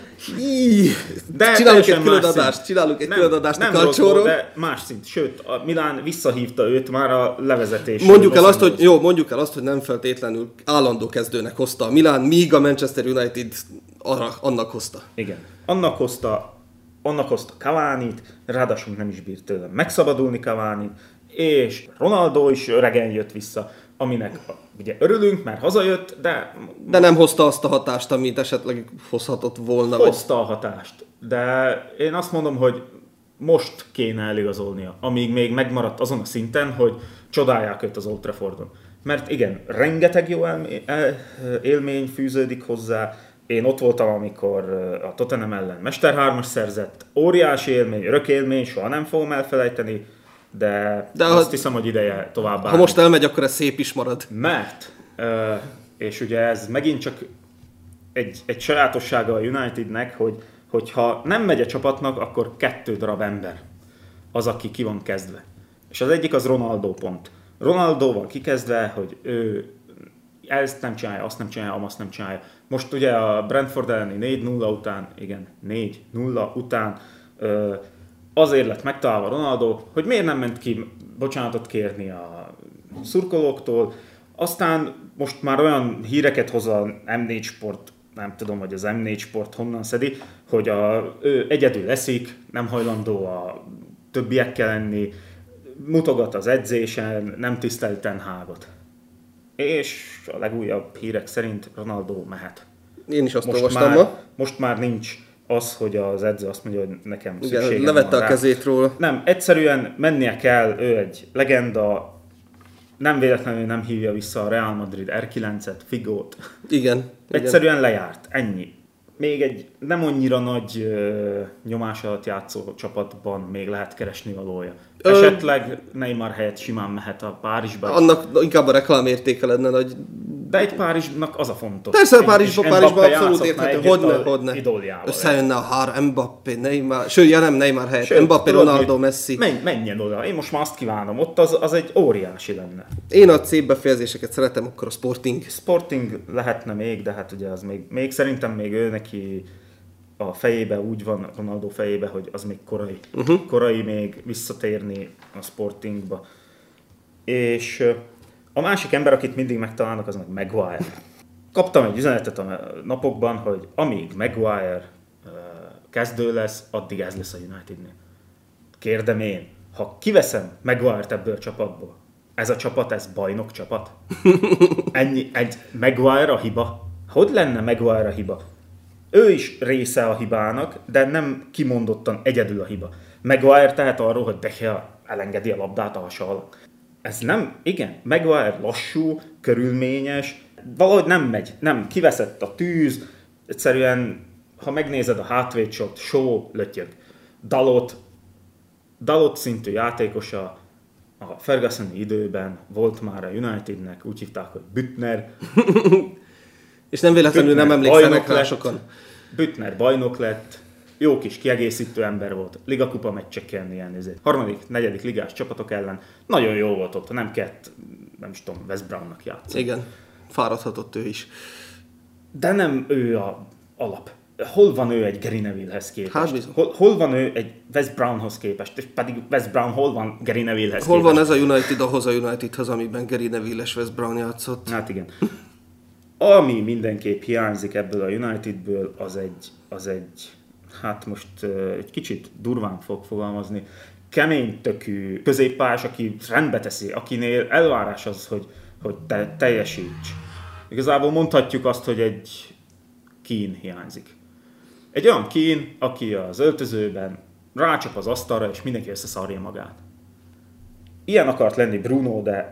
De Csinálunk egy külön adást a Calcióról. De más szint. Sőt, a Milán visszahívta őt már a levezetés. Mondjuk el azt, hogy nem feltétlenül állandó kezdőnek hozta a Milán, míg a Manchester United annak hozta. Igen. Annak hozta Cavánit, ráadásul nem is bírt tőle megszabadulni Cavánit, és Ronaldo is öregen jött vissza, aminek ugye örülünk, mert hazajött, de nem hozta azt a hatást, amit esetleg hozhatott volna. Hozta a hatást, de én azt mondom, hogy most kéne eligazolnia, amíg még megmaradt azon a szinten, hogy csodálják őt az Old Traffordon. Mert igen, rengeteg jó élmény fűződik hozzá. Én ott voltam, amikor a Tottenham ellen Mester 3-as szerzett. Óriási élmény, örök élmény, soha nem fogom elfelejteni, de azt hiszem, hogy ideje tovább állni. Ha most elmegy, akkor ez szép is marad. Mert, és ugye ez megint csak egy sajátossága a Unitednek, hogyha nem megy a csapatnak, akkor 2 darab ember az, aki ki van kezdve. És az egyik az Ronaldo pont. Ronaldóval kikezdve, hogy ő ezt nem csinálja, azt nem csinálja, azt nem csinálja. Most ugye a Brentford elleni 4-0 után, igen, 4-0 után azért lett megtalálva Ronaldo, hogy miért nem ment ki bocsánatot kérni a szurkolóktól. Aztán most már olyan híreket hoz a M4 Sport, nem tudom, hogy az M4 Sport honnan szedi, hogy ő egyedül eszik, nem hajlandó a többiekkel lenni, mutogat az edzésen, nem tisztel Ten Hagot. És a legújabb hírek szerint Ronaldo mehet. Én is azt olvastam ma. Most már nincs az, hogy az edző azt mondja, hogy nekem szükségem van levette a kezét róla. Nem, egyszerűen mennie kell, ő egy legenda, nem véletlenül nem hívja vissza a Real Madrid R9-et, Figót. Igen. Egyszerűen lejárt, ennyi. Még egy nem annyira nagy nyomás alatt játszó csapatban még lehet keresni valója. Esetleg Neymar helyett simán mehet a Párizsba. Annak inkább a reklámértéke lenne nagy. De egy Párizsnak az a fontos. Persze a Párizsban abszolút érthető, hodne. Idoljával. Összejönne a 3 Mbappé, Neymar, sőt, nem Neymar helyett, Mbappé, Ronaldo, Messi. Menjen oda, én most már azt kívánom, ott az egy óriási lenne. Én a szép befejezéseket szeretem, akkor a Sporting lehetne még, de hát ugye az még szerintem még ő neki a fejébe úgy van, Ronaldo fejébe, hogy az még korai. Korai még visszatérni a Sportingba. És a másik ember, akit mindig megtalálnak, az meg Maguire. Kaptam egy üzenetet a napokban, hogy amíg Maguire kezdő lesz, addig ez lesz a Unitednél. Kérdem én, ha kiveszem Maguire-t ebből a csapatból, ez a csapat, ez bajnok csapat? Ennyi, egy Maguire a hiba? Hogy lenne Maguire a hiba? Ő is része a hibának, de nem kimondottan egyedül a hiba. Maguire tehet arról, hogy De Gea elengedi a labdát a hasa alatt. Ez nem, igen, Maguire lassú, körülményes, valahogy nem megy, nem, kiveszett a tűz, egyszerűen, ha megnézed a hátvédsort, Shaw lötyög. Dalot szintű játékosa a Fergusoni időben volt már a Unitednek, úgy hívták, hogy Büttner. És nem véletlenül nem emlékszenek rá sokan. Büttner bajnok lett, jó kis kiegészítő ember volt, ligakupa meccseken ilyen harmadik, negyedik ligás csapatok ellen. Nagyon jó volt ott, nem kellett, nem is tudom, Wes Brownnak játszani. Igen, fáradhatott ő is. De nem ő a alap. Hol van ő egy Gary Neville-hez képest? Hát hol van ő egy Wes Brownhoz képest? És pedig Wes Brown hol van Gary Neville-hez képest? Hol van ez a United ahhoz a Unitedhoz, amiben Gary Neville és Wes Brown játszott? Hát igen. Ami mindenképp hiányzik ebből a Unitedből, az egy hát most egy kicsit durván fog fogalmazni, kemény tökű középpályás, aki rendbe teszi, akinél elvárás az, hogy te teljesíts. Igazából mondhatjuk azt, hogy egy Keane hiányzik. Egy olyan Keane, aki az öltözőben rácsap az asztalra, és mindenki összeszarja magát. Ilyen akart lenni Bruno, de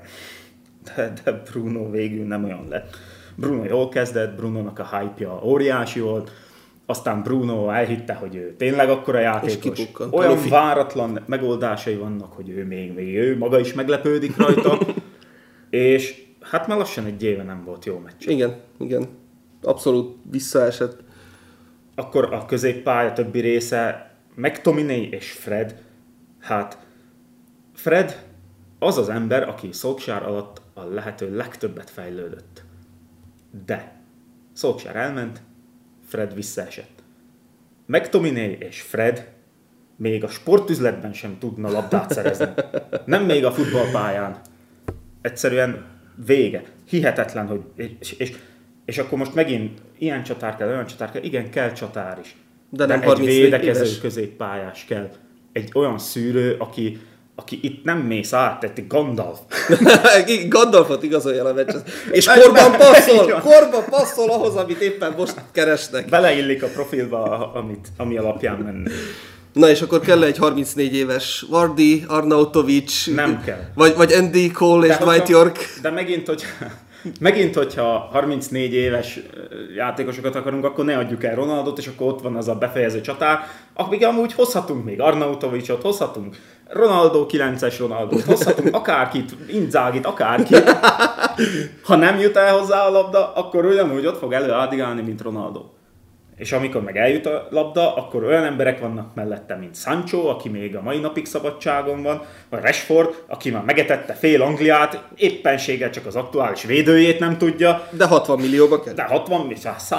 Bruno végül nem olyan lett. Bruno jól kezdett, Brunónak a hype-ja óriási volt, aztán Bruno elhitte, hogy ő tényleg akkora játékos. Olyan váratlan megoldásai vannak, hogy ő maga is meglepődik rajta, és hát már lassan egy éve nem volt jó meccs. Igen. Abszolút visszaesett. Akkor a középpálya többi része, McTominay és Fred. Hát Fred az az ember, aki Solskjaer alatt a lehető legtöbbet fejlődött. De Solskjaer elment, Fred visszaesett. McTominay és Fred még a sportüzletben sem tudna labdát szerezni. Nem még a futballpályán. Egyszerűen vége. Hihetetlen, hogy... És akkor most megint ilyen csatár kell, olyan csatár kell. Igen, kell csatár is. De nem egy védekező éves középpályás kell. Egy olyan szűrő, aki itt nem mész át, egy Gandalf. Gandalfot igazolja a meccs. És korban passzol ahhoz, amit éppen most keresnek. Beleillik a profilba, ami alapján menne. Na és akkor kell egy 34 éves Vardy, Arnautovic, nem kell. Vagy Andy Cole és Dwight York. De megint, hogyha 34 éves játékosokat akarunk, akkor ne adjuk el Ronaldot, és akkor ott van az a befejező csatár, akik amúgy hozhatunk még Arnautovicot, hozhatunk Ronaldo 9-es Ronaldot, hozhatunk akárkit, Inzagit, akárkit. Ha nem jut el hozzá a labda, akkor ugyanúgy ott fog előádigálni, mint Ronaldo. És amikor meg eljut a labda, akkor olyan emberek vannak mellette, mint Sancho, aki még a mai napig szabadságon van, vagy Rashford, aki már megetette fél Angliát, éppenséggel csak az aktuális védőjét nem tudja. De 60 millióba kell. De 120-ba.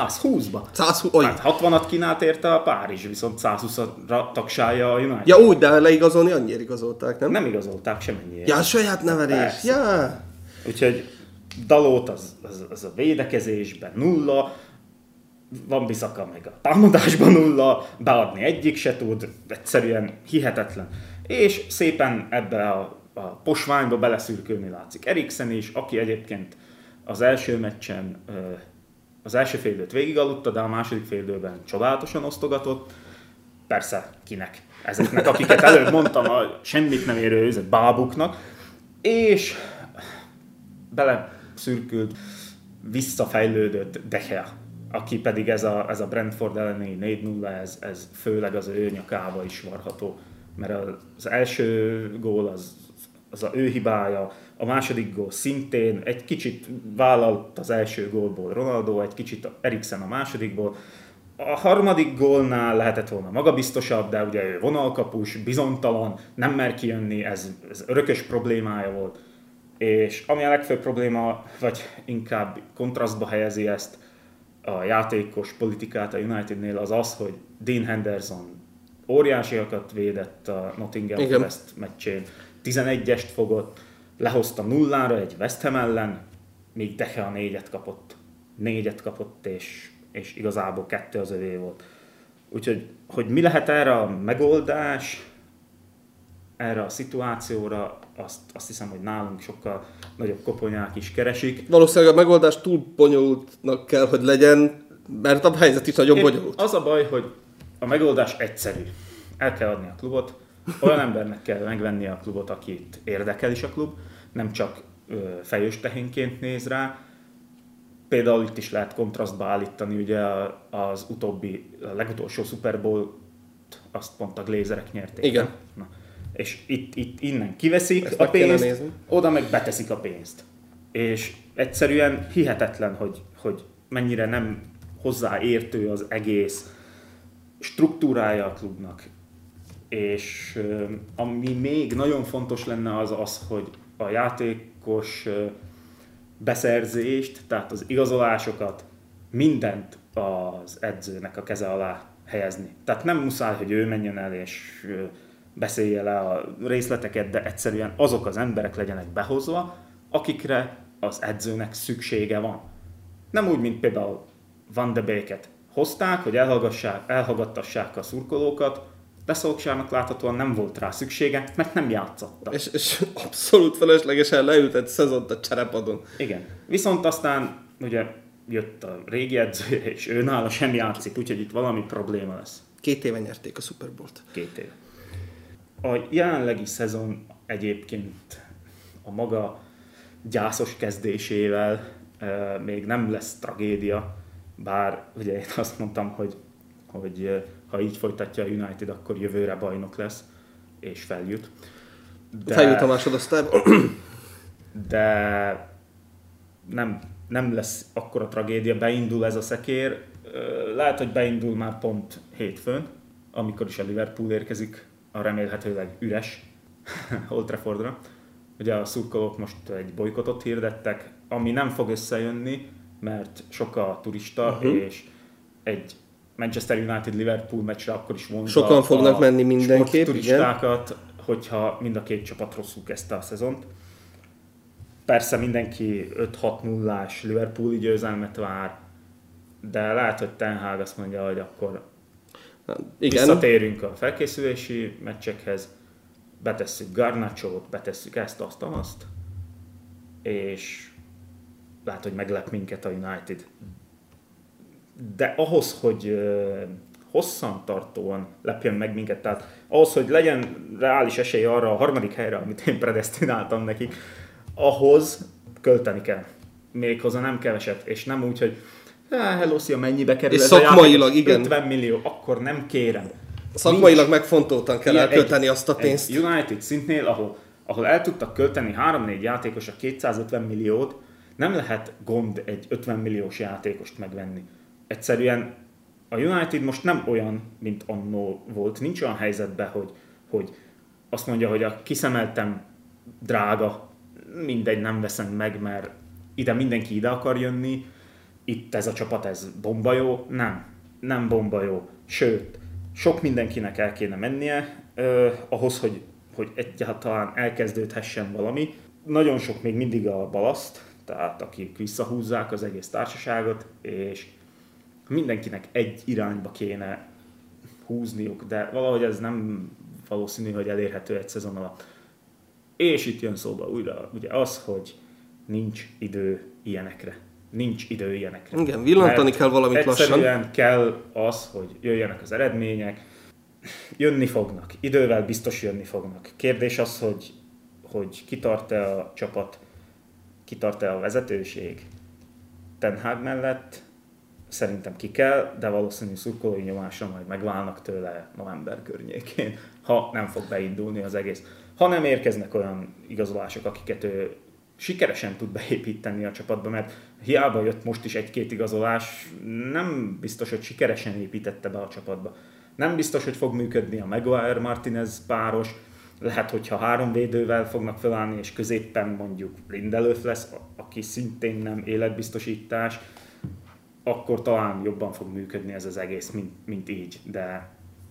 120, hát 60-at kínált érte a Párizs, viszont 120-ra tagsálja a United. Ja úgy, de leigazolni annyira igazolták, nem? Nem igazolták semennyire. Ja, saját nevelés. Ja. Úgyhogy Dalot az a védekezésben nulla, Van Bissaka meg a támadásban nulla, beadni egyik se tud, egyszerűen hihetetlen. És szépen ebbe a posványba beleszürkölni látszik Eriksen is, aki egyébként az első meccsen az első félidőt végigaludta, de a második félidőben csodálatosan osztogatott. Persze kinek? Ezeknek, akiket előbb mondtam, a semmit nem érő bábuknak. És beleszürkült, visszafejlődött De Gea, aki pedig ez a Brentford elleni 4-0, ez főleg az ő nyakába is varható. Mert az első gól az a ő hibája, a második gól szintén, egy kicsit vállalt az első gólból Ronaldo, egy kicsit Eriksen a másodikból. A harmadik gólnál lehetett volna magabiztosabb, de ugye ő vonalkapus, bizonytalan, nem mer kijönni, ez örökös problémája volt. És ami a legfőbb probléma, vagy inkább kontrasztba helyezi ezt a játékos politikát a Unitednél, az, hogy Dean Henderson óriásiakat védett a Nottingham Forest meccsén, 11-est fogott, lehozta nullára egy West Ham ellen, míg De Gea 4-et kapott, és igazából 2 az övé volt. Úgyhogy, hogy mi lehet erre a megoldás, erre a szituációra, azt hiszem, hogy nálunk sokkal nagyobb koponyák is keresik. Valószínűleg a megoldás túl bonyolultnak kell, hogy legyen, mert a helyzet is nagyon bonyolult. Az a baj, hogy a megoldás egyszerű. El kell adni a klubot, olyan embernek kell megvenni a klubot, akit érdekel is a klub, nem csak fejős tehénként néz rá. Például itt is lehet kontrasztba állítani, ugye a legutolsó Super Bowl-t azt pont a Glazerek nyerték. Igen. Na. És itt innen kiveszik ezt a pénzt, oda meg beteszik a pénzt. És egyszerűen hihetetlen, hogy mennyire nem hozzáértő az egész struktúrája a klubnak. És ami még nagyon fontos lenne az, hogy a játékos beszerzést, tehát az igazolásokat, mindent az edzőnek a keze alá helyezni. Tehát nem muszáj, hogy ő menjen el és beszélje le a részleteket, de egyszerűen azok az emberek legyenek behozva, akikre az edzőnek szüksége van. Nem úgy, mint például Van de Beeket hozták, hogy elhallgattassák a szurkolókat, de Solskjaernak láthatóan nem volt rá szüksége, mert nem játszotta. És abszolút feleslegesen leült egy szezont a cserepadon. Igen. Viszont aztán ugye jött a régi edző, és ő nála sem játszik, úgyhogy itt valami probléma lesz. 2 éve nyerték a Super Bowl-t. 2 éve. A jelenlegi szezon egyébként a maga gyászos kezdésével még nem lesz tragédia, bár ugye én azt mondtam, hogy ha így folytatja a United, akkor jövőre bajnok lesz, és feljut. Feljut a másodosztályba. De nem lesz akkora tragédia, beindul ez a szekér. Lehet, hogy beindul már pont hétfőn, amikor is a Liverpool érkezik a remélhetőleg üres Old Traffordra. Ugye a szurkolók most egy bojkottot hirdettek, ami nem fog összejönni, mert sok a turista, és egy Manchester United-Liverpool meccsre akkor is vonzza sokan fognak menni mindenképp, turistákat, hogyha mind a két csapat rosszul kezdte a szezont. Persze mindenki 5-6-0-ás Liverpooli győzelmet vár, de lehet, hogy Ten Hag azt mondja, hogy akkor visszatérünk a felkészülési meccsekhez, betesszük Garnachót, betesszük ezt, azt, és lehet, hogy meglep minket a United. De ahhoz, hogy hosszantartóan lepjen meg minket, tehát ahhoz, hogy legyen reális esély arra a harmadik helyre, amit én predesztináltam nekik, ahhoz költeni kell. Méghozzá nem keveset, és nem úgy, hogy hello, szia, mennyibe kerül és ez a szakmailag, igen. 50 millió, akkor nem kérem. Szakmailag megfontoltan kell elkölteni azt a pénzt. Egy United szintnél, ahol el tudtak költeni 3-4 játékosra 250 milliót, nem lehet gond egy 50 milliós játékost megvenni. Egyszerűen a United most nem olyan, mint annó volt. Nincs olyan helyzetben, hogy azt mondja, hogy kiszemeltem drága, mindegy, nem veszem meg, mert mindenki ide akar jönni, itt ez a csapat, ez bomba jó. Nem bomba jó. Sőt, sok mindenkinek el kéne mennie ahhoz, hogy egyáltalán elkezdődhessen valami. Nagyon sok még mindig a balaszt, tehát akik visszahúzzák az egész társaságot, és mindenkinek egy irányba kéne húzniuk, de valahogy ez nem valószínű, hogy elérhető egy szezon alatt. És itt jön szóba újra ugye az, hogy nincs idő ilyenekre. Igen, villantani kell valamit lassan. Egyszerűen kell az, hogy jöjjenek az eredmények, jönni fognak, idővel biztos jönni fognak. Kérdés az, hogy kitart-e a csapat, kitart-e a vezetőség Ten Hag mellett. Szerintem ki kell, de valószínű szurkolói nyomásra majd megválnak tőle november környékén, ha nem fog beindulni az egész. Ha nem érkeznek olyan igazolások, akiket ő sikeresen tud beépíteni a csapatba, mert hiába jött most is 1-2 igazolás, nem biztos, hogy sikeresen építette be a csapatba. Nem biztos, hogy fog működni a Maguire-Martinez páros, lehet, hogyha 3 védővel fognak felállni, és középpen mondjuk Lindelöf lesz, aki szintén nem életbiztosítás, akkor talán jobban fog működni ez az egész, mint így. De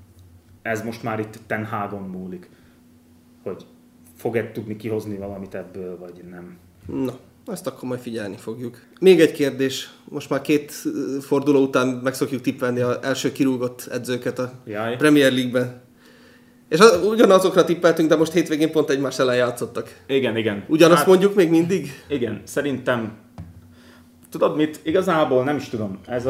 ez most már itt Ten Hagon múlik, hogy fog-e tudni kihozni valamit ebből, vagy nem. Na, ezt akkor majd figyelni fogjuk. Még egy kérdés. Most már 2 forduló után meg szokjuk tippelni az első kirúgott edzőket a Premier League-ben. És ugyanazokra tippeltünk, de most hétvégén pont egymás ellen játszottak. Igen. Ugyanazt mondjuk még mindig? Igen, szerintem tudod mit? Igazából nem is tudom. Ez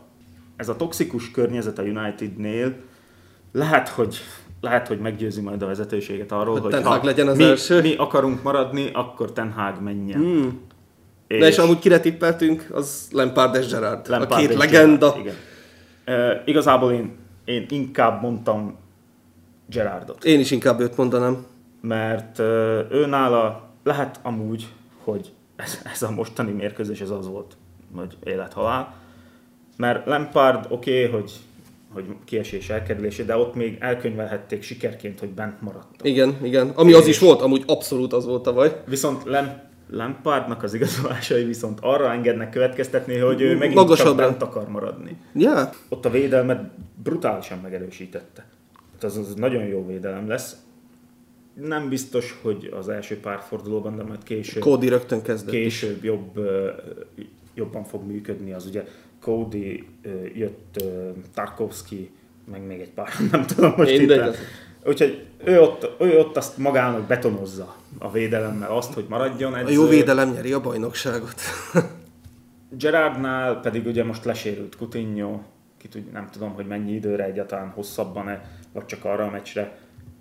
a toxikus környezet a Unitednél lehet, hogy meggyőzi majd a vezetőséget arról, hogy Ten Hag legyen az első. Mi akarunk maradni, akkor Ten Hag menjen. De és amúgy kire tippeltünk, az Lampard és Gerrard. A 2 legenda. Igen. Igazából én inkább mondtam Gerrardot. Én is inkább őt mondanám. Mert ő nála lehet amúgy, hogy ez a mostani mérkőzés ez az volt, hogy élet-halál. Mert Lampard oké, hogy kiesés elkerülése, de ott még elkönyvelhették sikerként, hogy bent maradtak. Igen. Ami az is volt, amúgy abszolút az volt tavaly. Viszont Lampardnak az igazolásai viszont arra engednek következtetni, hogy ő megint csak bent akar maradni. Yeah. Ott a védelmet brutálisan megerősítette. Az nagyon jó védelem lesz. Nem biztos, hogy az első pár fordulóban, de majd később. Cody rögtön kezdett. Később jobban fog működni. Az ugye Cody jött, Tarkowski meg még egy pár, nem tudom most Mindegy. Úgyhogy ő ott azt magának betonozza a védelemmel azt, hogy maradjon edző. A jó védelem nyeri a bajnokságot. Gerrardnál pedig ugye most lesérült Coutinho, nem tudom, hogy mennyi időre egyáltalán hosszabban-e, vagy csak arra a meccsre.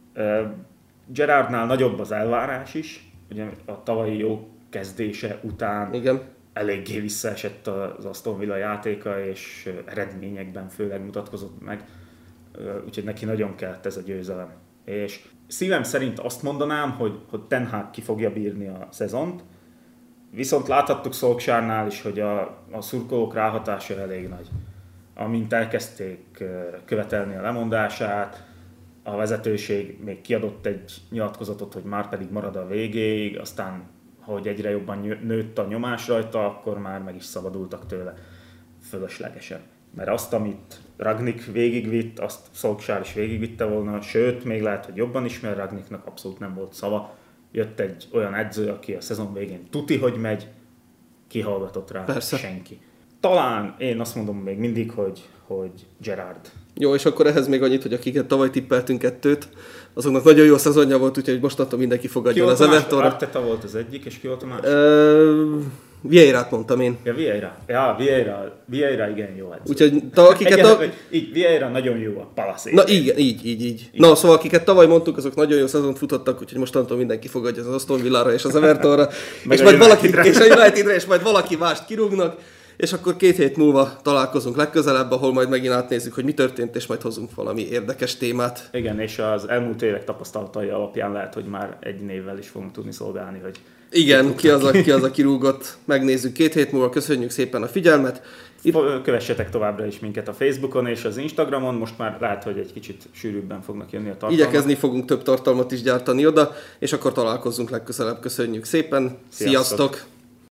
Gerrardnál nagyobb az elvárás is, ugye a tavalyi jó kezdése után Igen. eléggé visszaesett az Aston Villa játéka, és eredményekben főleg mutatkozott meg, úgyhogy neki nagyon kellett ez a győzelem. És szívem szerint azt mondanám, hogy Ten Hag ki fogja bírni a szezont, viszont láthattuk Solskjaernál is, hogy a szurkolók ráhatása elég nagy. Amint elkezdték követelni a lemondását, a vezetőség még kiadott egy nyilatkozatot, hogy már pedig marad a végéig, aztán, ahogy egyre jobban nőtt a nyomás rajta, akkor már meg is szabadultak tőle fölöslegesen. Mert azt, amit Rangnick végigvitt, azt Solskjaer is végigvitte volna, sőt, még lehet, hogy jobban is, mert Rangnicknak abszolút nem volt szava. Jött egy olyan edző, aki a szezon végén tuti, hogy megy, kihallgatott rá Persze. senki. Talán én azt mondom még mindig, hogy Gerrard. Jó, és akkor ehhez még annyit, hogy akiket tavaly tippeltünk 2-t, azoknak nagyon jó szezonja volt, úgyhogy mostantól mindenki fogadjon az Evertonra. Arteta volt az egyik, és ki volt a másik? Vieirát mondtam én. Ja, Vieira igen jó edző. Úgyhogy így Vieira nagyon jó a Palace. Na igen, így. Na, szóval akiket tavaly mondtuk, azok nagyon jó szezont futottak, úgyhogy mostantól mindenki fogadja az Aston Villára és az Evertonra, és majd a Unitedre, és majd valaki mást kirúgnak, és akkor 2 hét múlva találkozunk legközelebb, ahol majd megint átnézzük, hogy mi történt, és majd hozunk valami érdekes témát. Igen, és az elmúlt évek tapasztalatai alapján lehet, hogy már egy névvel is fogunk tudni szolgálni, hogy igen, ki az, a kirúgott. Megnézzük 2 hét múlva, köszönjük szépen a figyelmet. Kövessetek továbbra is minket a Facebookon és az Instagramon, most már lehet, hogy egy kicsit sűrűbben fognak jönni a tartalmak. Igyekezni fogunk több tartalmat is gyártani oda, és akkor találkozzunk legközelebb. Köszönjük szépen, sziasztok!